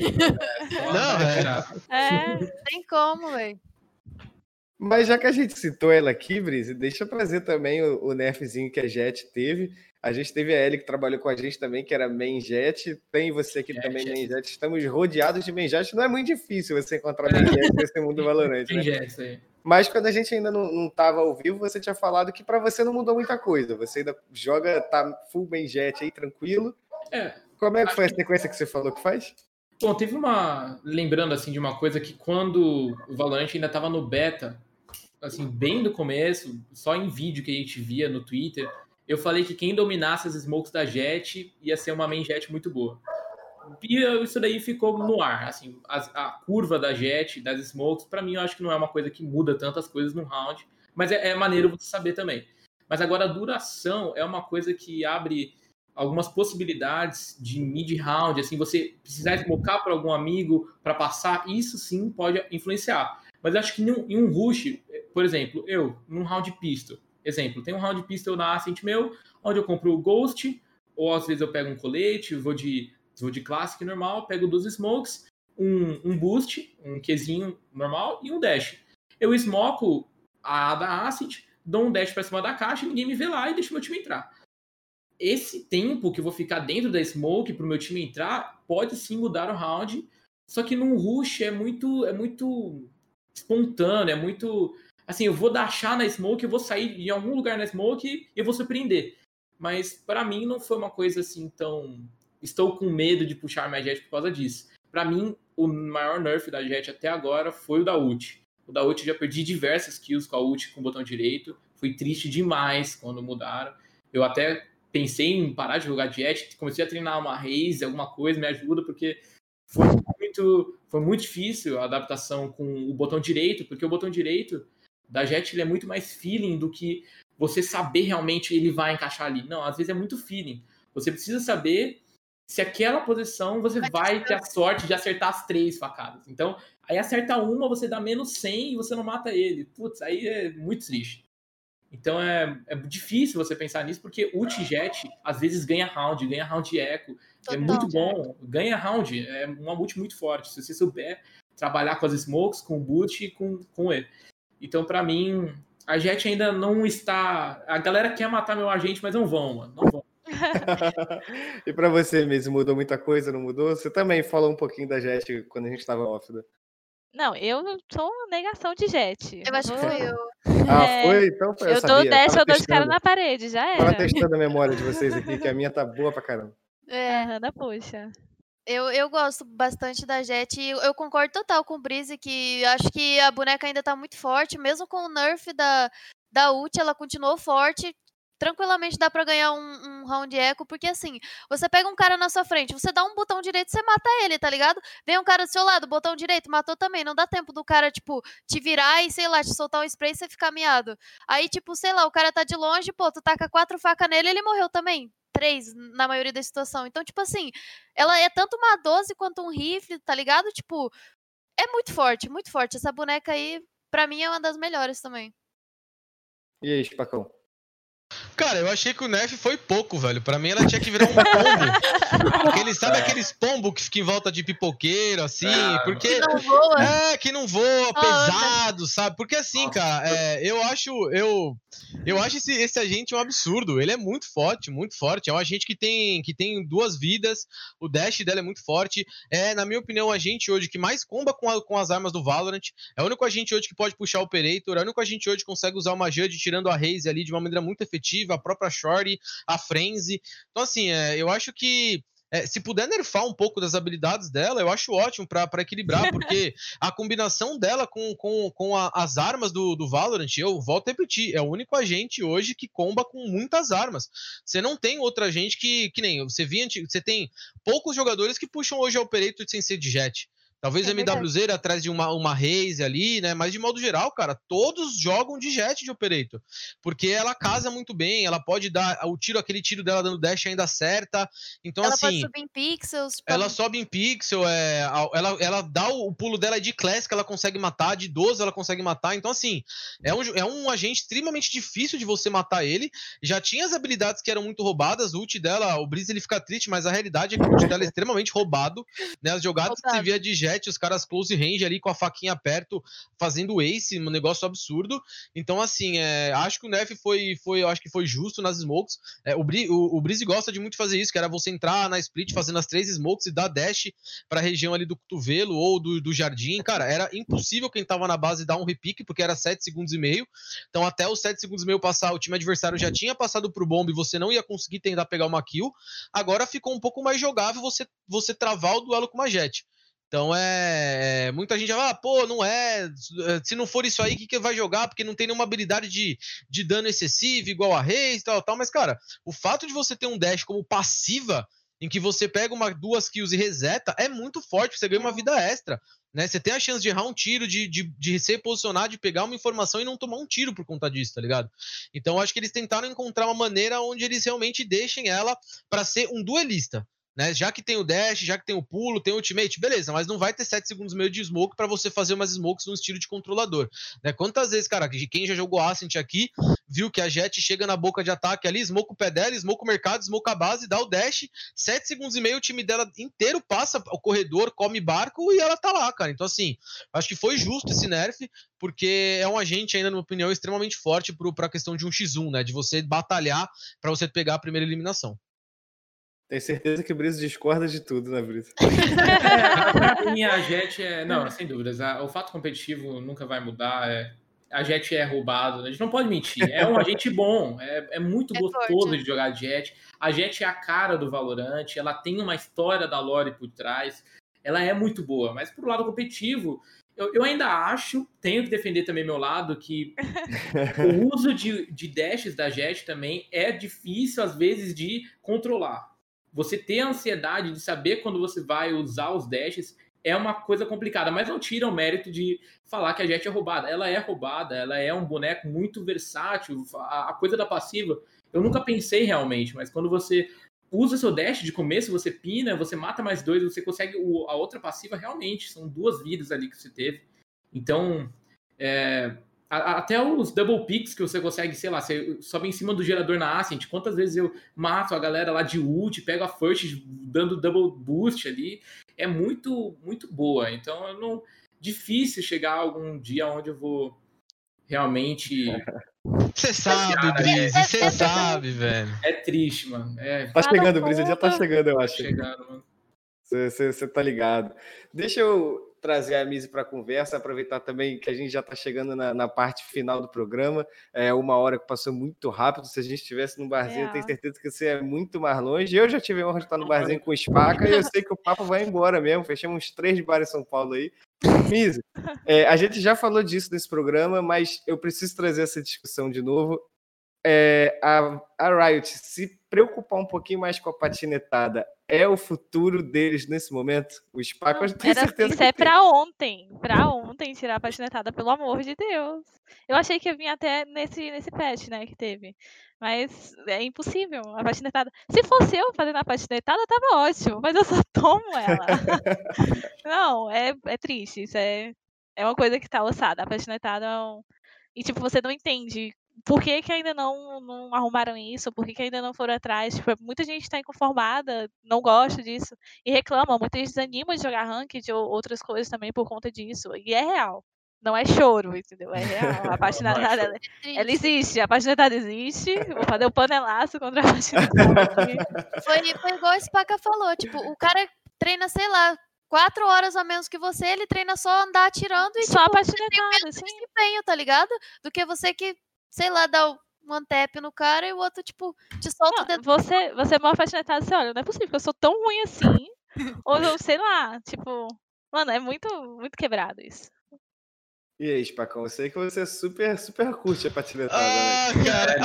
Não tem como, velho. Mas já que a gente citou ela aqui, Breeze, deixa eu trazer também o nerfzinho que a Jet teve. A gente teve a Ellie que trabalhou com a gente também, que era main Jet. Tem você aqui também, main Jet. Estamos rodeados de main Jet. Não é muito difícil você encontrar main Jet nesse mundo Valorant, né? Mas quando a gente ainda não estava ao vivo, você tinha falado que para você não mudou muita coisa. Você ainda joga, tá full main Jet aí, tranquilo. Como é que foi a sequência que você falou que faz? Bom, teve lembrando assim de uma coisa que quando o Valorant ainda estava no beta, assim, bem no começo, só em vídeo que a gente via no Twitter, eu falei que quem dominasse as smokes da Jet ia ser uma main Jet muito boa. E isso daí ficou no ar, assim, a curva da Jet, das smokes, pra mim eu acho que não é uma coisa que muda tantas coisas no round, mas é maneiro você saber também. Mas agora a duração é uma coisa que abre algumas possibilidades de mid-round, assim, você precisar smocar para algum amigo para passar, isso sim pode influenciar. Mas eu acho que em um rush, por exemplo, num round pistol, Exemplo, tem um round pistol na Ascent meu, onde eu compro o Ghost, ou às vezes eu pego um colete, vou de Classic normal, pego 2 smokes, um boost, um Qzinho normal e um dash. Eu smoco a da Ascent, dou um dash pra cima da caixa, ninguém me vê lá e deixa o meu time entrar. Esse tempo que eu vou ficar dentro da smoke pro meu time entrar, pode sim mudar o round, só que num rush é muito espontâneo, é muito... Assim, eu vou dashar na smoke, eu vou sair em algum lugar na smoke e eu vou surpreender. Mas pra mim não foi uma coisa assim tão... Estou com medo de puxar minha Jett por causa disso. Pra mim, o maior nerf da Jett até agora foi o da ult. O da ult eu já perdi diversas kills com a ult com o botão direito. Foi triste demais quando mudaram. Eu até pensei em parar de jogar Jett, comecei a treinar uma Raze, alguma coisa, me ajuda, porque foi muito difícil a adaptação com o botão direito, porque o botão direito da Jett ele é muito mais feeling do que você saber realmente ele vai encaixar ali. Não, às vezes é muito feeling. Você precisa saber se aquela posição você vai ter a sorte de acertar as 3 facadas. Então, aí acerta uma, você dá menos 100 e você não mata ele. Putz, aí é muito triste. Então é difícil você pensar nisso, porque ult Jett às vezes ganha round eco. É muito bom, ganha round. É uma ult muito forte. Se você souber trabalhar com as smokes, com o boot e com ele. Então, pra mim, a Jett ainda não está... A galera quer matar meu agente, mas não vão, mano. Não vão. E pra você mesmo, mudou muita coisa, não mudou? Você também falou um pouquinho da Jett quando a gente tava off, né? Não, eu sou negação de Jett. Eu acho que fui eu. Foi? Então foi, eu dou dash, eu dou de cara na parede, já era. Tava testando a memória de vocês aqui, que a minha tá boa pra caramba. Ana, puxa. Eu gosto bastante da Jett e eu concordo total com o Breeze, que acho que a boneca ainda tá muito forte, mesmo com o nerf da ult, ela continuou forte. Tranquilamente dá pra ganhar um round eco, porque assim, você pega um cara na sua frente, você dá um botão direito, você mata ele, tá ligado? Vem um cara do seu lado, botão direito, matou também. Não dá tempo do cara, tipo, te virar e, sei lá, te soltar um spray e você ficar miado. Aí, tipo, sei lá, o cara tá de longe, pô, tu taca 4 facas nele, ele morreu também. 3, na maioria da situação. Então, tipo assim, ela é tanto uma 12 quanto um rifle, tá ligado? Tipo, é muito forte, muito forte. Essa boneca aí, pra mim, é uma das melhores também. E aí, Chipacão? Cara, eu achei que o nerf foi pouco, velho. Pra mim ela tinha que virar um pombo. Sabe aqueles pombos que ficam em volta de pipoqueiro, assim? Porque... Que não voa. Que não voa, pesado, sabe? Porque assim, cara, eu acho esse agente um absurdo. Ele é muito forte, muito forte. É um agente que tem 2 vidas. O dash dela é muito forte. É, na minha opinião, o agente hoje que mais comba com as armas do Valorant. É o único agente hoje que pode puxar o Operator. É o único agente hoje que consegue usar uma Judge tirando a Raze ali de uma maneira muito efetiva. A própria Shorty, a Frenzy. Então, assim, eu acho que se puder nerfar um pouco das habilidades dela, eu acho ótimo pra equilibrar, porque a combinação dela com as armas do Valorant, eu volto a repetir, é o único agente hoje que comba com muitas armas. Você não tem outra agente que nem você tem poucos jogadores que puxam hoje a Operator sem ser de Jett. Talvez a MWZ atrás de uma Raze ali, né? Mas de modo geral, cara, todos jogam de Jett de Operator. Porque ela casa muito bem, ela pode dar aquele tiro dela dando dash ainda acerta. Então, ela assim. Ela pode subir em pixels. Ela sobe em pixel, ela dá o pulo dela de Classic, ela consegue matar, de 12 ela consegue matar. Então, assim, é um agente extremamente difícil de você matar ele. Já tinha as habilidades que eram muito roubadas, o ult dela, o Breeze ele fica triste, mas a realidade é que o ult dela é extremamente roubado. Né? As jogadas que você via de Jett, os caras close range ali com a faquinha perto, fazendo ace, um negócio absurdo. Então, assim, acho que o nerf eu acho que foi justo nas smokes. O Breeze gosta de muito fazer isso, que era você entrar na split fazendo as 3 smokes e dar dash pra região ali do cotovelo ou do jardim. Cara, era impossível quem tava na base dar um repique, porque era 7 segundos e meio. Então, até os 7 segundos e meio passar, o time adversário já tinha passado pro bomb e você não ia conseguir tentar pegar uma kill. Agora ficou um pouco mais jogável você travar o duelo com uma Jett. Então, muita gente vai pô, não se não for isso aí, o que vai jogar? Porque não tem nenhuma habilidade de dano excessivo, igual a Raze e tal. Mas, cara, o fato de você ter um dash como passiva, em que você pega 2 kills e reseta, é muito forte, você ganha uma vida extra. Né? Você tem a chance de errar um tiro, de se posicionar, de pegar uma informação e não tomar um tiro por conta disso, tá ligado? Então, acho que eles tentaram encontrar uma maneira onde eles realmente deixem ela pra ser um duelista. Né? Já que tem o dash, já que tem o pulo, tem o ultimate, beleza, mas não vai ter 7 segundos e meio de smoke pra você fazer umas smokes no estilo de controlador. Né? Quantas vezes, cara, quem já jogou Ascent aqui, viu que a Jett chega na boca de ataque ali, smoke o pé dela, smoke o mercado, smoke a base, dá o dash, 7 segundos e meio, o time dela inteiro passa o corredor, come barco e ela tá lá, cara. Então, assim, acho que foi justo esse nerf, porque é um agente ainda, na minha opinião, extremamente forte pra questão de um x1, né? De você batalhar pra você pegar a primeira eliminação. Tenho certeza que o Brisa discorda de tudo, né, Brisa? Pra mim, a Jett não, sem dúvidas. O fato competitivo nunca vai mudar. A Jett é roubado. A gente não pode mentir. É um agente bom. É muito gostoso forte. de jogar Jett. A Jett é a cara do Valorant. Ela tem uma história da lore por trás. Ela é muito boa. Mas pro lado competitivo, eu ainda acho, tenho que defender também meu lado, que o uso de dashes da Jett também é difícil, às vezes, de controlar. Você ter a ansiedade de saber quando você vai usar os dashes é uma coisa complicada, mas não tira o mérito de falar que a Jett é roubada. Ela é roubada, ela é um boneco muito versátil. A coisa da passiva, eu nunca pensei realmente, mas quando você usa seu dash de começo, você pina, você mata mais 2, você consegue a outra passiva, realmente, são 2 vidas ali que você teve. Então, até os double picks que você consegue, sei lá, você sobe em cima do gerador na Ascent, quantas vezes eu mato a galera lá de ult, pego a first dando double boost ali, é muito, muito boa. Então, difícil chegar algum dia onde eu vou realmente... Você sabe, Brise, você sabe, velho. É triste, mano. Tá chegando, Brisa, já tá chegando, eu acho. Tá chegando, mano. Você tá ligado. Deixa eu trazer a Mizzy para a conversa, aproveitar também que a gente já está chegando na parte final do programa. É uma hora que passou muito rápido. Se a gente estivesse no barzinho, eu tenho certeza que você é muito mais longe. Eu já tive a honra de estar no barzinho com o Spaca e eu sei que o papo vai embora mesmo. Fechamos uns 3 bares em São Paulo aí. Mizzy, a gente já falou disso nesse programa, mas eu preciso trazer essa discussão de novo. A Riot se preocupar um pouquinho mais com a patinetada é o futuro deles nesse momento? O Spaca, eu tenho certeza isso que é pra ontem tirar a patinetada, pelo amor de Deus. Eu achei que ia vir até nesse patch, né, que teve. Mas é impossível, a patinetada. Se fosse eu fazendo a patinetada, tava ótimo, mas eu só tomo ela. Não, é triste, isso é uma coisa que tá ossada. A patinetada e tipo, você não entende por que ainda não arrumaram isso, por que ainda não foram atrás. Tipo, muita gente tá inconformada, não gosta disso e reclama, muita gente desanima de jogar ranked ou outras coisas também por conta disso. E é real. Não é choro, entendeu? É real. A patinetada, ela existe. A patinetada existe. Vou fazer o panelaço contra a patinetada. Foi igual esse Spaca falou. Tipo, o cara treina, sei lá, 4 horas a menos que você, ele treina só andar atirando e só tipo, a patinetada, sim. Desempenho, tá ligado? Do que você que, sei lá, dá um tap no cara e o outro, tipo, te solta o dedo. Você morre patinetada, você olha, não é possível que eu sou tão ruim assim. Ou eu, sei lá, tipo, mano, é muito, muito quebrado isso. E aí, Spacão, eu sei que você super curte a patinetada. Cara,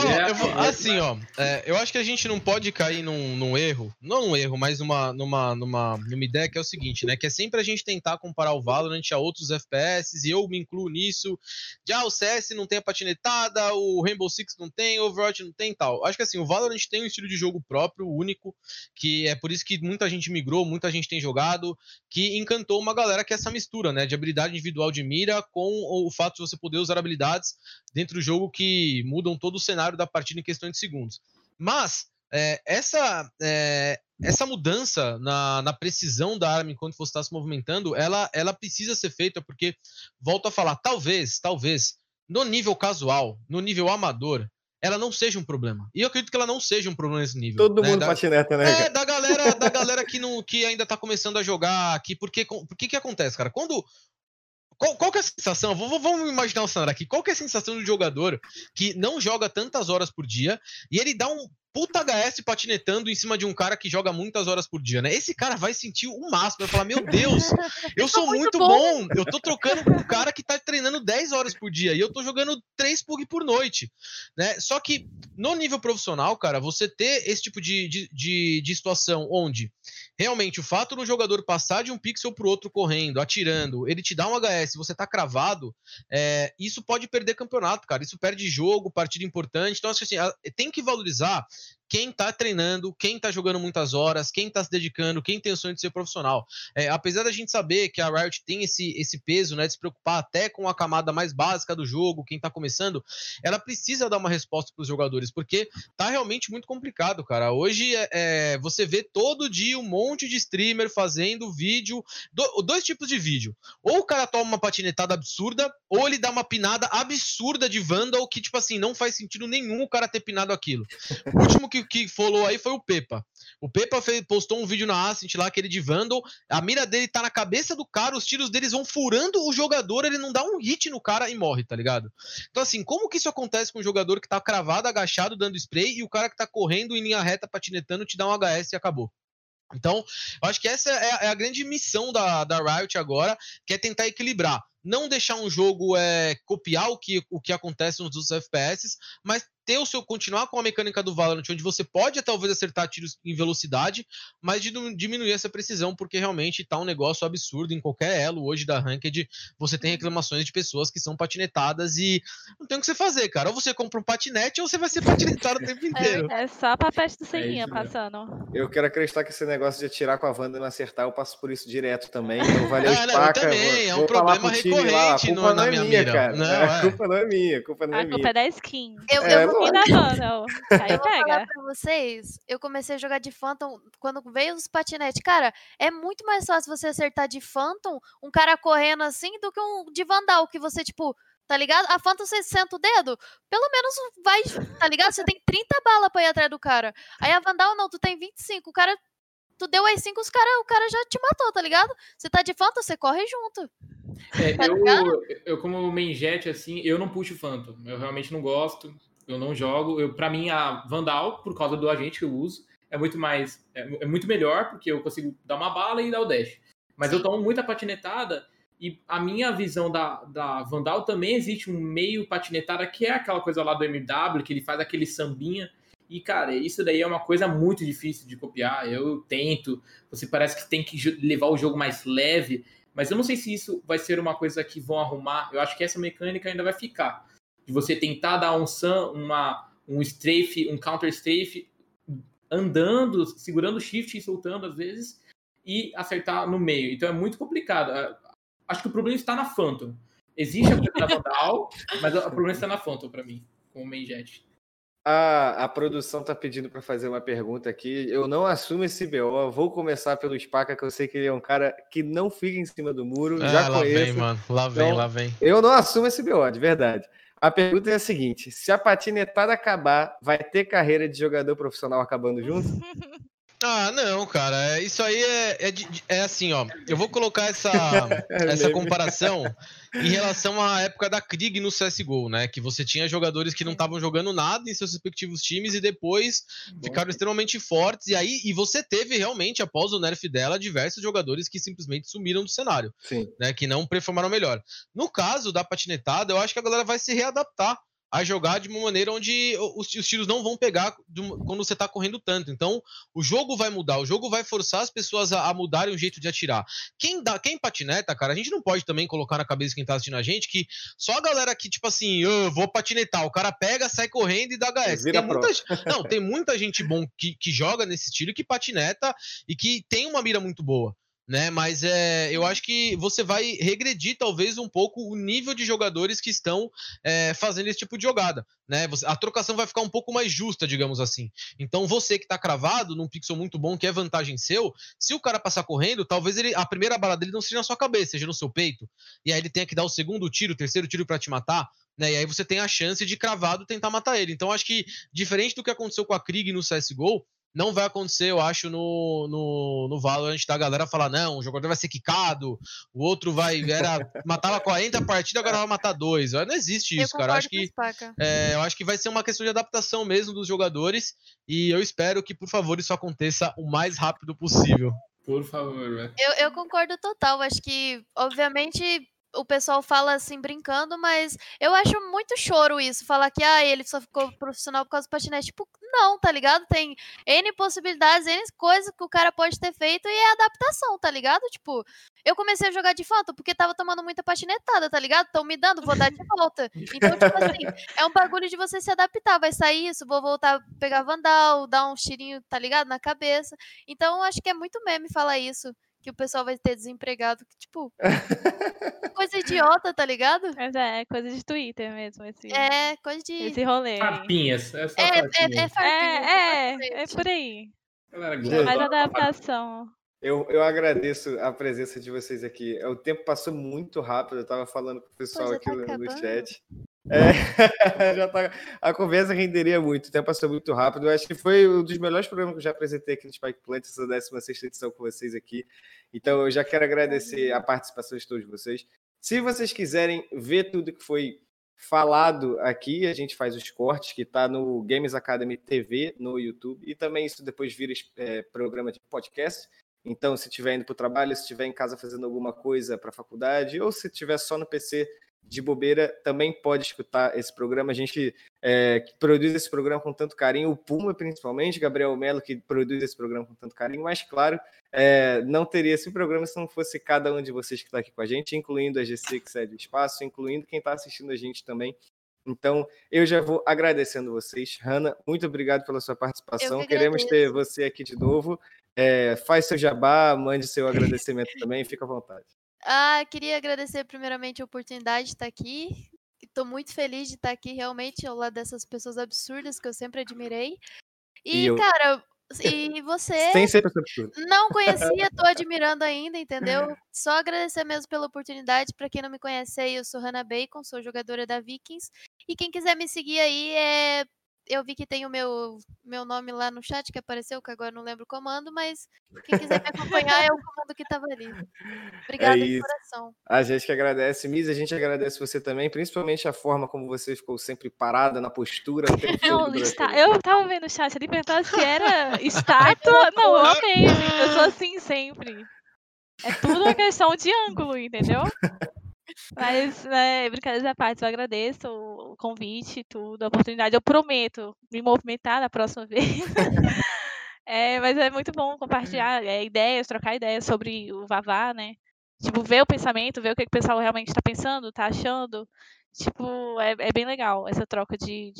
eu acho que a gente não pode cair num erro, não um erro, mas numa ideia que é o seguinte, né, que é sempre a gente tentar comparar o Valorant a outros FPS, e eu me incluo nisso, já o CS não tem a patinetada, o Rainbow Six não tem, o Overwatch não tem e tal. Acho que assim, o Valorant tem um estilo de jogo próprio, único, que é por isso que muita gente migrou, muita gente tem jogado, que encantou uma galera que é essa mistura, né, de habilidade individual de mira com o fato de você poder usar habilidades dentro do jogo que mudam todo o cenário da partida em questão de segundos. Mas essa mudança na precisão da arma enquanto você está se movimentando, ela precisa ser feita porque, volto a falar, talvez, no nível casual, no nível amador, ela não seja um problema. E eu acredito que ela não seja um problema nesse nível. Todo mundo patineta, né? Da galera que ainda tá começando a jogar aqui. Porque que acontece, cara? Qual que é a sensação? Vamos imaginar o cenário aqui. Qual que é a sensação do jogador que não joga tantas horas por dia e ele dá um puta HS patinetando em cima de um cara que joga muitas horas por dia, né? Esse cara vai sentir o máximo, vai falar, meu Deus, eu sou muito bom, eu tô trocando com um cara que tá treinando 10 horas por dia e eu tô jogando 3 PUG por noite, né? Só que no nível profissional, cara, você ter esse tipo de situação onde realmente o fato do jogador passar de um pixel pro outro correndo, atirando, ele te dá um HS, você tá cravado, isso pode perder campeonato, cara, isso perde jogo, partida importante, então acho que assim, tem que valorizar quem tá treinando, quem tá jogando muitas horas, quem tá se dedicando, quem tem o sonho de ser profissional. Apesar da gente saber que a Riot tem esse peso, né, de se preocupar até com a camada mais básica do jogo, quem tá começando, ela precisa dar uma resposta pros jogadores, porque tá realmente muito complicado, cara. Hoje você vê todo dia um monte de streamer fazendo vídeo, dois tipos de vídeo. Ou o cara toma uma patinetada absurda, ou ele dá uma pinada absurda de Vandal, que, tipo assim, não faz sentido nenhum o cara ter pinado aquilo. O último que falou aí foi o Pepa. O Pepa postou um vídeo na Ascent lá, aquele de Vandal, a mira dele tá na cabeça do cara, os tiros deles vão furando o jogador, ele não dá um hit no cara e morre, tá ligado? Então, assim, como que isso acontece com um jogador que tá cravado, agachado, dando spray, e o cara que tá correndo em linha reta, patinetando, te dá um HS e acabou? Então, eu acho que essa é a grande missão da Riot agora, que é tentar equilibrar. Não deixar um jogo copiar o que acontece nos outros FPS, mas continuar com a mecânica do Valorant, onde você pode talvez acertar tiros em velocidade, mas diminuir essa precisão, porque realmente tá um negócio absurdo em qualquer elo hoje da Ranked. Você tem reclamações de pessoas que são patinetadas e não tem o que você fazer, cara. Ou você compra um patinete ou você vai ser patinetado o tempo inteiro. É só pra festa do Serrinha passando. Eu quero acreditar que esse negócio de atirar com a Wanda e não acertar, eu passo por isso direto também. Então, valeu, Spaca. É um problema recorrente na minha mira. Cara. A culpa não é minha, a culpa não é minha. A culpa é da skin. Eu vou Aí falar pra vocês, eu comecei a jogar de Phantom quando veio os patinetes. Cara, é muito mais fácil você acertar de Phantom, um cara correndo assim, do que um de Vandal, que você, tipo, tá ligado? A Phantom você senta o dedo, pelo menos vai, tá ligado? Você tem 30 balas pra ir atrás do cara. Aí a Vandal não, tu tem 25, o cara... Tu deu as 5, o cara já te matou, tá ligado? Você tá de Phantom, você corre junto. Eu como main jet, assim, eu não puxo Phantom. Eu realmente não gosto, eu não jogo. Pra mim, a Vandal, por causa do agente que eu uso, é muito melhor, porque eu consigo dar uma bala e dar o dash. Mas eu tomo muita patinetada, e a minha visão da Vandal também existe um meio patinetada, que é aquela coisa lá do MW, que ele faz aquele sambinha. E, cara, isso daí é uma coisa muito difícil de copiar. Eu tento, você parece que tem que levar o jogo mais leve, mas eu não sei se isso vai ser uma coisa que vão arrumar. Eu acho que essa mecânica ainda vai ficar. De você tentar dar um strafe, um counter strafe, andando, segurando o shift e soltando às vezes, e acertar no meio. Então é muito complicado. Acho que o problema está na Phantom. Existe a coisa da Vandal, mas o problema está na Phantom pra mim, com o main jet. A produção tá pedindo para fazer uma pergunta aqui. Eu não assumo esse BO. Vou começar pelo Spaca, que eu sei que ele é um cara que não fica em cima do muro. Já lá conheço. Vem, mano. Lá vem. Eu não assumo esse BO, de verdade. A pergunta é a seguinte: se a patinetada acabar, vai ter carreira de jogador profissional acabando junto? Ah, não, cara. Isso aí é assim, ó. Eu vou colocar essa comparação em relação à época da Krieg no CSGO, né? Que você tinha jogadores que não estavam jogando nada em seus respectivos times e depois ficaram extremamente fortes. E você teve realmente, após o nerf dela, diversos jogadores que simplesmente sumiram do cenário. Sim. Né? Que não performaram melhor. No caso da patinetada, eu acho que a galera vai se readaptar a jogar de uma maneira onde os tiros não vão pegar quando você tá correndo tanto. Então, o jogo vai mudar, o jogo vai forçar as pessoas a mudarem o jeito de atirar. Quem patineta, cara, a gente não pode também colocar na cabeça quem tá assistindo a gente que só a galera que, tipo assim, eu vou patinetar, o cara pega, sai correndo e dá HS. Tem muita gente bom que joga nesse estilo, que patineta e que tem uma mira muito boa. Né? Mas eu acho que você vai regredir talvez um pouco o nível de jogadores que estão fazendo esse tipo de jogada, né? A trocação vai ficar um pouco mais justa, digamos assim. Então você que tá cravado num pixel muito bom, que é vantagem seu, se o cara passar correndo, talvez a primeira bala dele não seja na sua cabeça, seja no seu peito, e aí ele tenha que dar o segundo tiro, o terceiro tiro para te matar, né? E aí você tem a chance de cravado tentar matar ele. Então acho que, diferente do que aconteceu com a Krieg no CSGO, não vai acontecer, eu acho, no Valorant da galera falar, não, o jogador vai ser quicado, o outro matava 40 partidas, agora vai matar 2. Não existe isso, cara. Eu acho que vai ser uma questão de adaptação mesmo dos jogadores e eu espero que, por favor, isso aconteça o mais rápido possível. Por favor, velho. Eu concordo total. Acho que, obviamente, o pessoal fala assim, brincando, mas eu acho muito choro isso. Falar que ele só ficou profissional por causa do patinete. Tipo, não, tá ligado? Tem N possibilidades, N coisas que o cara pode ter feito e é adaptação, tá ligado? Tipo, eu comecei a jogar de Phantom porque tava tomando muita patinetada, tá ligado? Tão me dando, vou dar de volta. Então, tipo assim, é um bagulho de você se adaptar. Vai sair isso, vou voltar a pegar Vandal, dar um tirinho, tá ligado? Na cabeça. Então, eu acho que é muito meme falar isso. Que o pessoal vai ter desempregado. Tipo, coisa idiota, tá ligado? Mas é coisa de Twitter mesmo, Coisa de. esse rolê aí. Farpinhas. É só É farpinhas. farpinha. É por aí. Galera, Gente, gosta. Mais adaptação. Eu agradeço a presença de vocês aqui. O tempo passou muito rápido, eu estava falando com o pessoal aqui no chat. A conversa renderia muito, o tempo passou muito rápido. Eu acho que foi um dos melhores programas que eu já apresentei aqui no Spike Plant, essa 16ª edição com vocês aqui. Então eu já quero agradecer a participação de todos vocês. Se vocês quiserem ver tudo que foi falado aqui, a gente faz os cortes, que está no Games Academy TV, no YouTube, e também isso depois vira programa de podcast. Então, se estiver indo para o trabalho, se estiver em casa fazendo alguma coisa para a faculdade, ou se estiver só no PC de bobeira, também pode escutar esse programa. A gente produz esse programa com tanto carinho, o Puma principalmente, Gabriel Melo, que produz esse programa com tanto carinho, mas claro, não teria esse programa se não fosse cada um de vocês que está aqui com a gente, incluindo a GC que cede o espaço, incluindo quem está assistindo a gente também. Então, eu já vou agradecendo vocês. Hanna, muito obrigado pela sua participação. Queremos ter você aqui de novo. Faz seu jabá, mande seu agradecimento também, fica à vontade. Queria agradecer primeiramente a oportunidade de estar aqui. Estou muito feliz de estar aqui realmente ao lado dessas pessoas absurdas que eu sempre admirei. Cara, e você? Sem ser pessoa absurda. Não conhecia, tô admirando ainda, entendeu? Só agradecer mesmo pela oportunidade. Para quem não me conhece aí, eu sou Hanna Bacon, sou jogadora da Vikings. E quem quiser me seguir aí eu vi que tem o meu nome lá no chat que apareceu, que agora não lembro o comando, mas quem quiser me acompanhar é o comando que estava ali. Obrigada de coração. A gente que agradece, Miss, a gente agradece você também, principalmente a forma como você ficou sempre parada na postura. Eu tava vendo o chat ali perguntando se era estátua. Não, eu amei. Eu sou assim sempre. É tudo uma questão de ângulo, entendeu? Mas, brincadeiras à parte, eu agradeço o convite, tudo, a oportunidade. Eu prometo me movimentar na próxima vez. Mas é muito bom compartilhar ideias, trocar ideias sobre o Vavá, né? Tipo, ver o pensamento, ver o que o pessoal realmente tá pensando, tá achando. Tipo, é bem legal essa troca de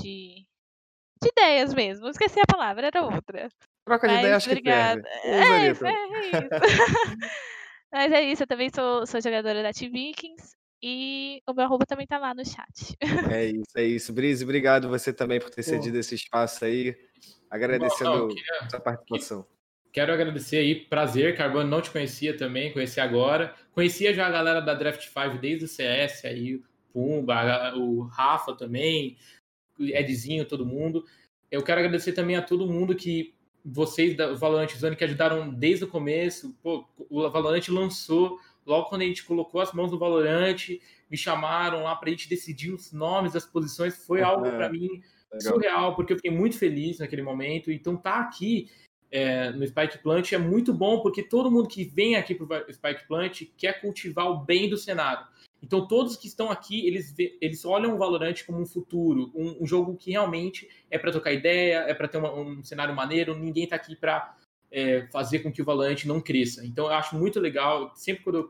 ideias mesmo. Eu esqueci a palavra, era outra. Troca de ideias, acho obrigada. Que serve. É isso. Mas é isso, eu também sou jogadora da T-Vikings. E o meu arroba também tá lá no chat. É isso. Brise, obrigado você também por ter cedido esse espaço aí. Agradecendo a sua participação. Quero agradecer aí, prazer, Carbono, não te conhecia também, conheci agora. Conhecia já a galera da Draft 5 desde o CS, aí o Pumba, o Rafa também, o Edzinho, todo mundo. Eu quero agradecer também a todo mundo que vocês da Valorant Zone que ajudaram desde o começo. Pô, o Valorant lançou, logo quando a gente colocou as mãos no Valorant, me chamaram lá pra gente decidir os nomes das posições, foi algo pra mim surreal, porque eu fiquei muito feliz naquele momento. Então tá aqui no Spike Plant é muito bom, porque todo mundo que vem aqui pro Spike Plant quer cultivar o bem do cenário. Então todos que estão aqui, eles olham o Valorant como um futuro, um jogo que realmente é para trocar ideia, é para ter um cenário maneiro, ninguém tá aqui para fazer com que o Valorant não cresça. Então eu acho muito legal, sempre quando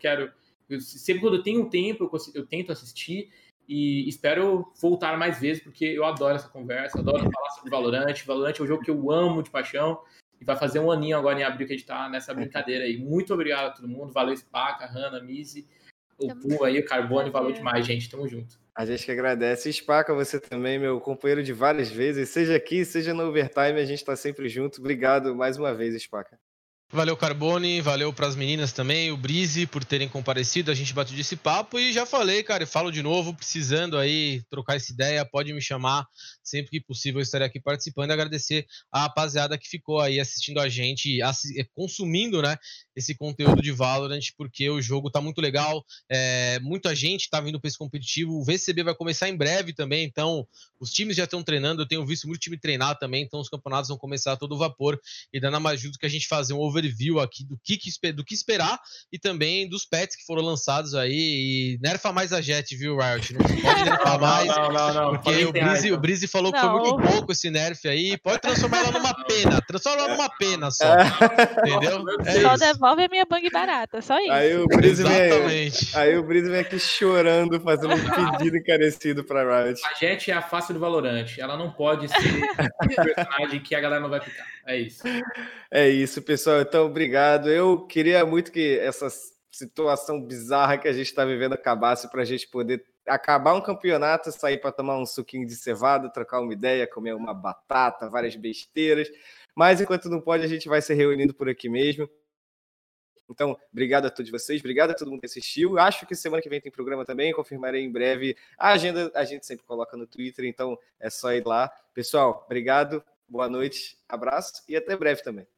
eu tenho um tempo, eu tento assistir e espero voltar mais vezes, porque eu adoro essa conversa, adoro falar sobre Valorant. Valorant é um jogo que eu amo de paixão e vai fazer um aninho agora em abril que a gente tá nessa brincadeira aí. Muito obrigado a todo mundo, valeu Spaca, Hanna, Mizzy, o Puma aí, o Carbone, valeu demais, gente, tamo junto. A gente que agradece. Spaca, você também, meu companheiro de várias vezes, seja aqui, seja no Overtime, a gente tá sempre junto. Obrigado mais uma vez, Spaca. Valeu, Carbone, valeu pras meninas também, o Brise por terem comparecido, a gente bateu desse papo e já falei, cara, falo de novo, precisando aí trocar essa ideia, pode me chamar, sempre que possível eu estarei aqui participando e agradecer a rapaziada que ficou aí assistindo a gente, consumindo, né, esse conteúdo de Valorant, porque o jogo tá muito legal, muita gente tá vindo pra esse competitivo, o VCB vai começar em breve também, então os times já estão treinando, eu tenho visto muito time treinar também, então os campeonatos vão começar a todo vapor e dando mais justo que a gente fazer um overview aqui do que esperar e também dos pets que foram lançados aí. E nerfa mais a Jet, viu, Riot? Não pode nerfar mais. Não. Porque o Breeze falou que foi muito pouco esse nerf aí. Pode transformar ela numa pena. Transforma ela numa pena só. Entendeu? Só devolve a minha bang barata, só isso. Aí o Breeze vem aqui chorando, fazendo um pedido encarecido pra Riot. A Jet é a face do Valorant. Ela não pode ser um personagem que a galera não vai ficar. É isso. É isso, pessoal. Então, obrigado. Eu queria muito que essa situação bizarra que a gente está vivendo acabasse para a gente poder acabar um campeonato, sair para tomar um suquinho de cevada, trocar uma ideia, comer uma batata, várias besteiras. Mas enquanto não pode, a gente vai se reunindo por aqui mesmo. Então, obrigado a todos vocês, obrigado a todo mundo que assistiu. Acho que semana que vem tem programa também, confirmarei em breve. A agenda a gente sempre coloca no Twitter, então é só ir lá. Pessoal, obrigado, boa noite, abraço e até breve também.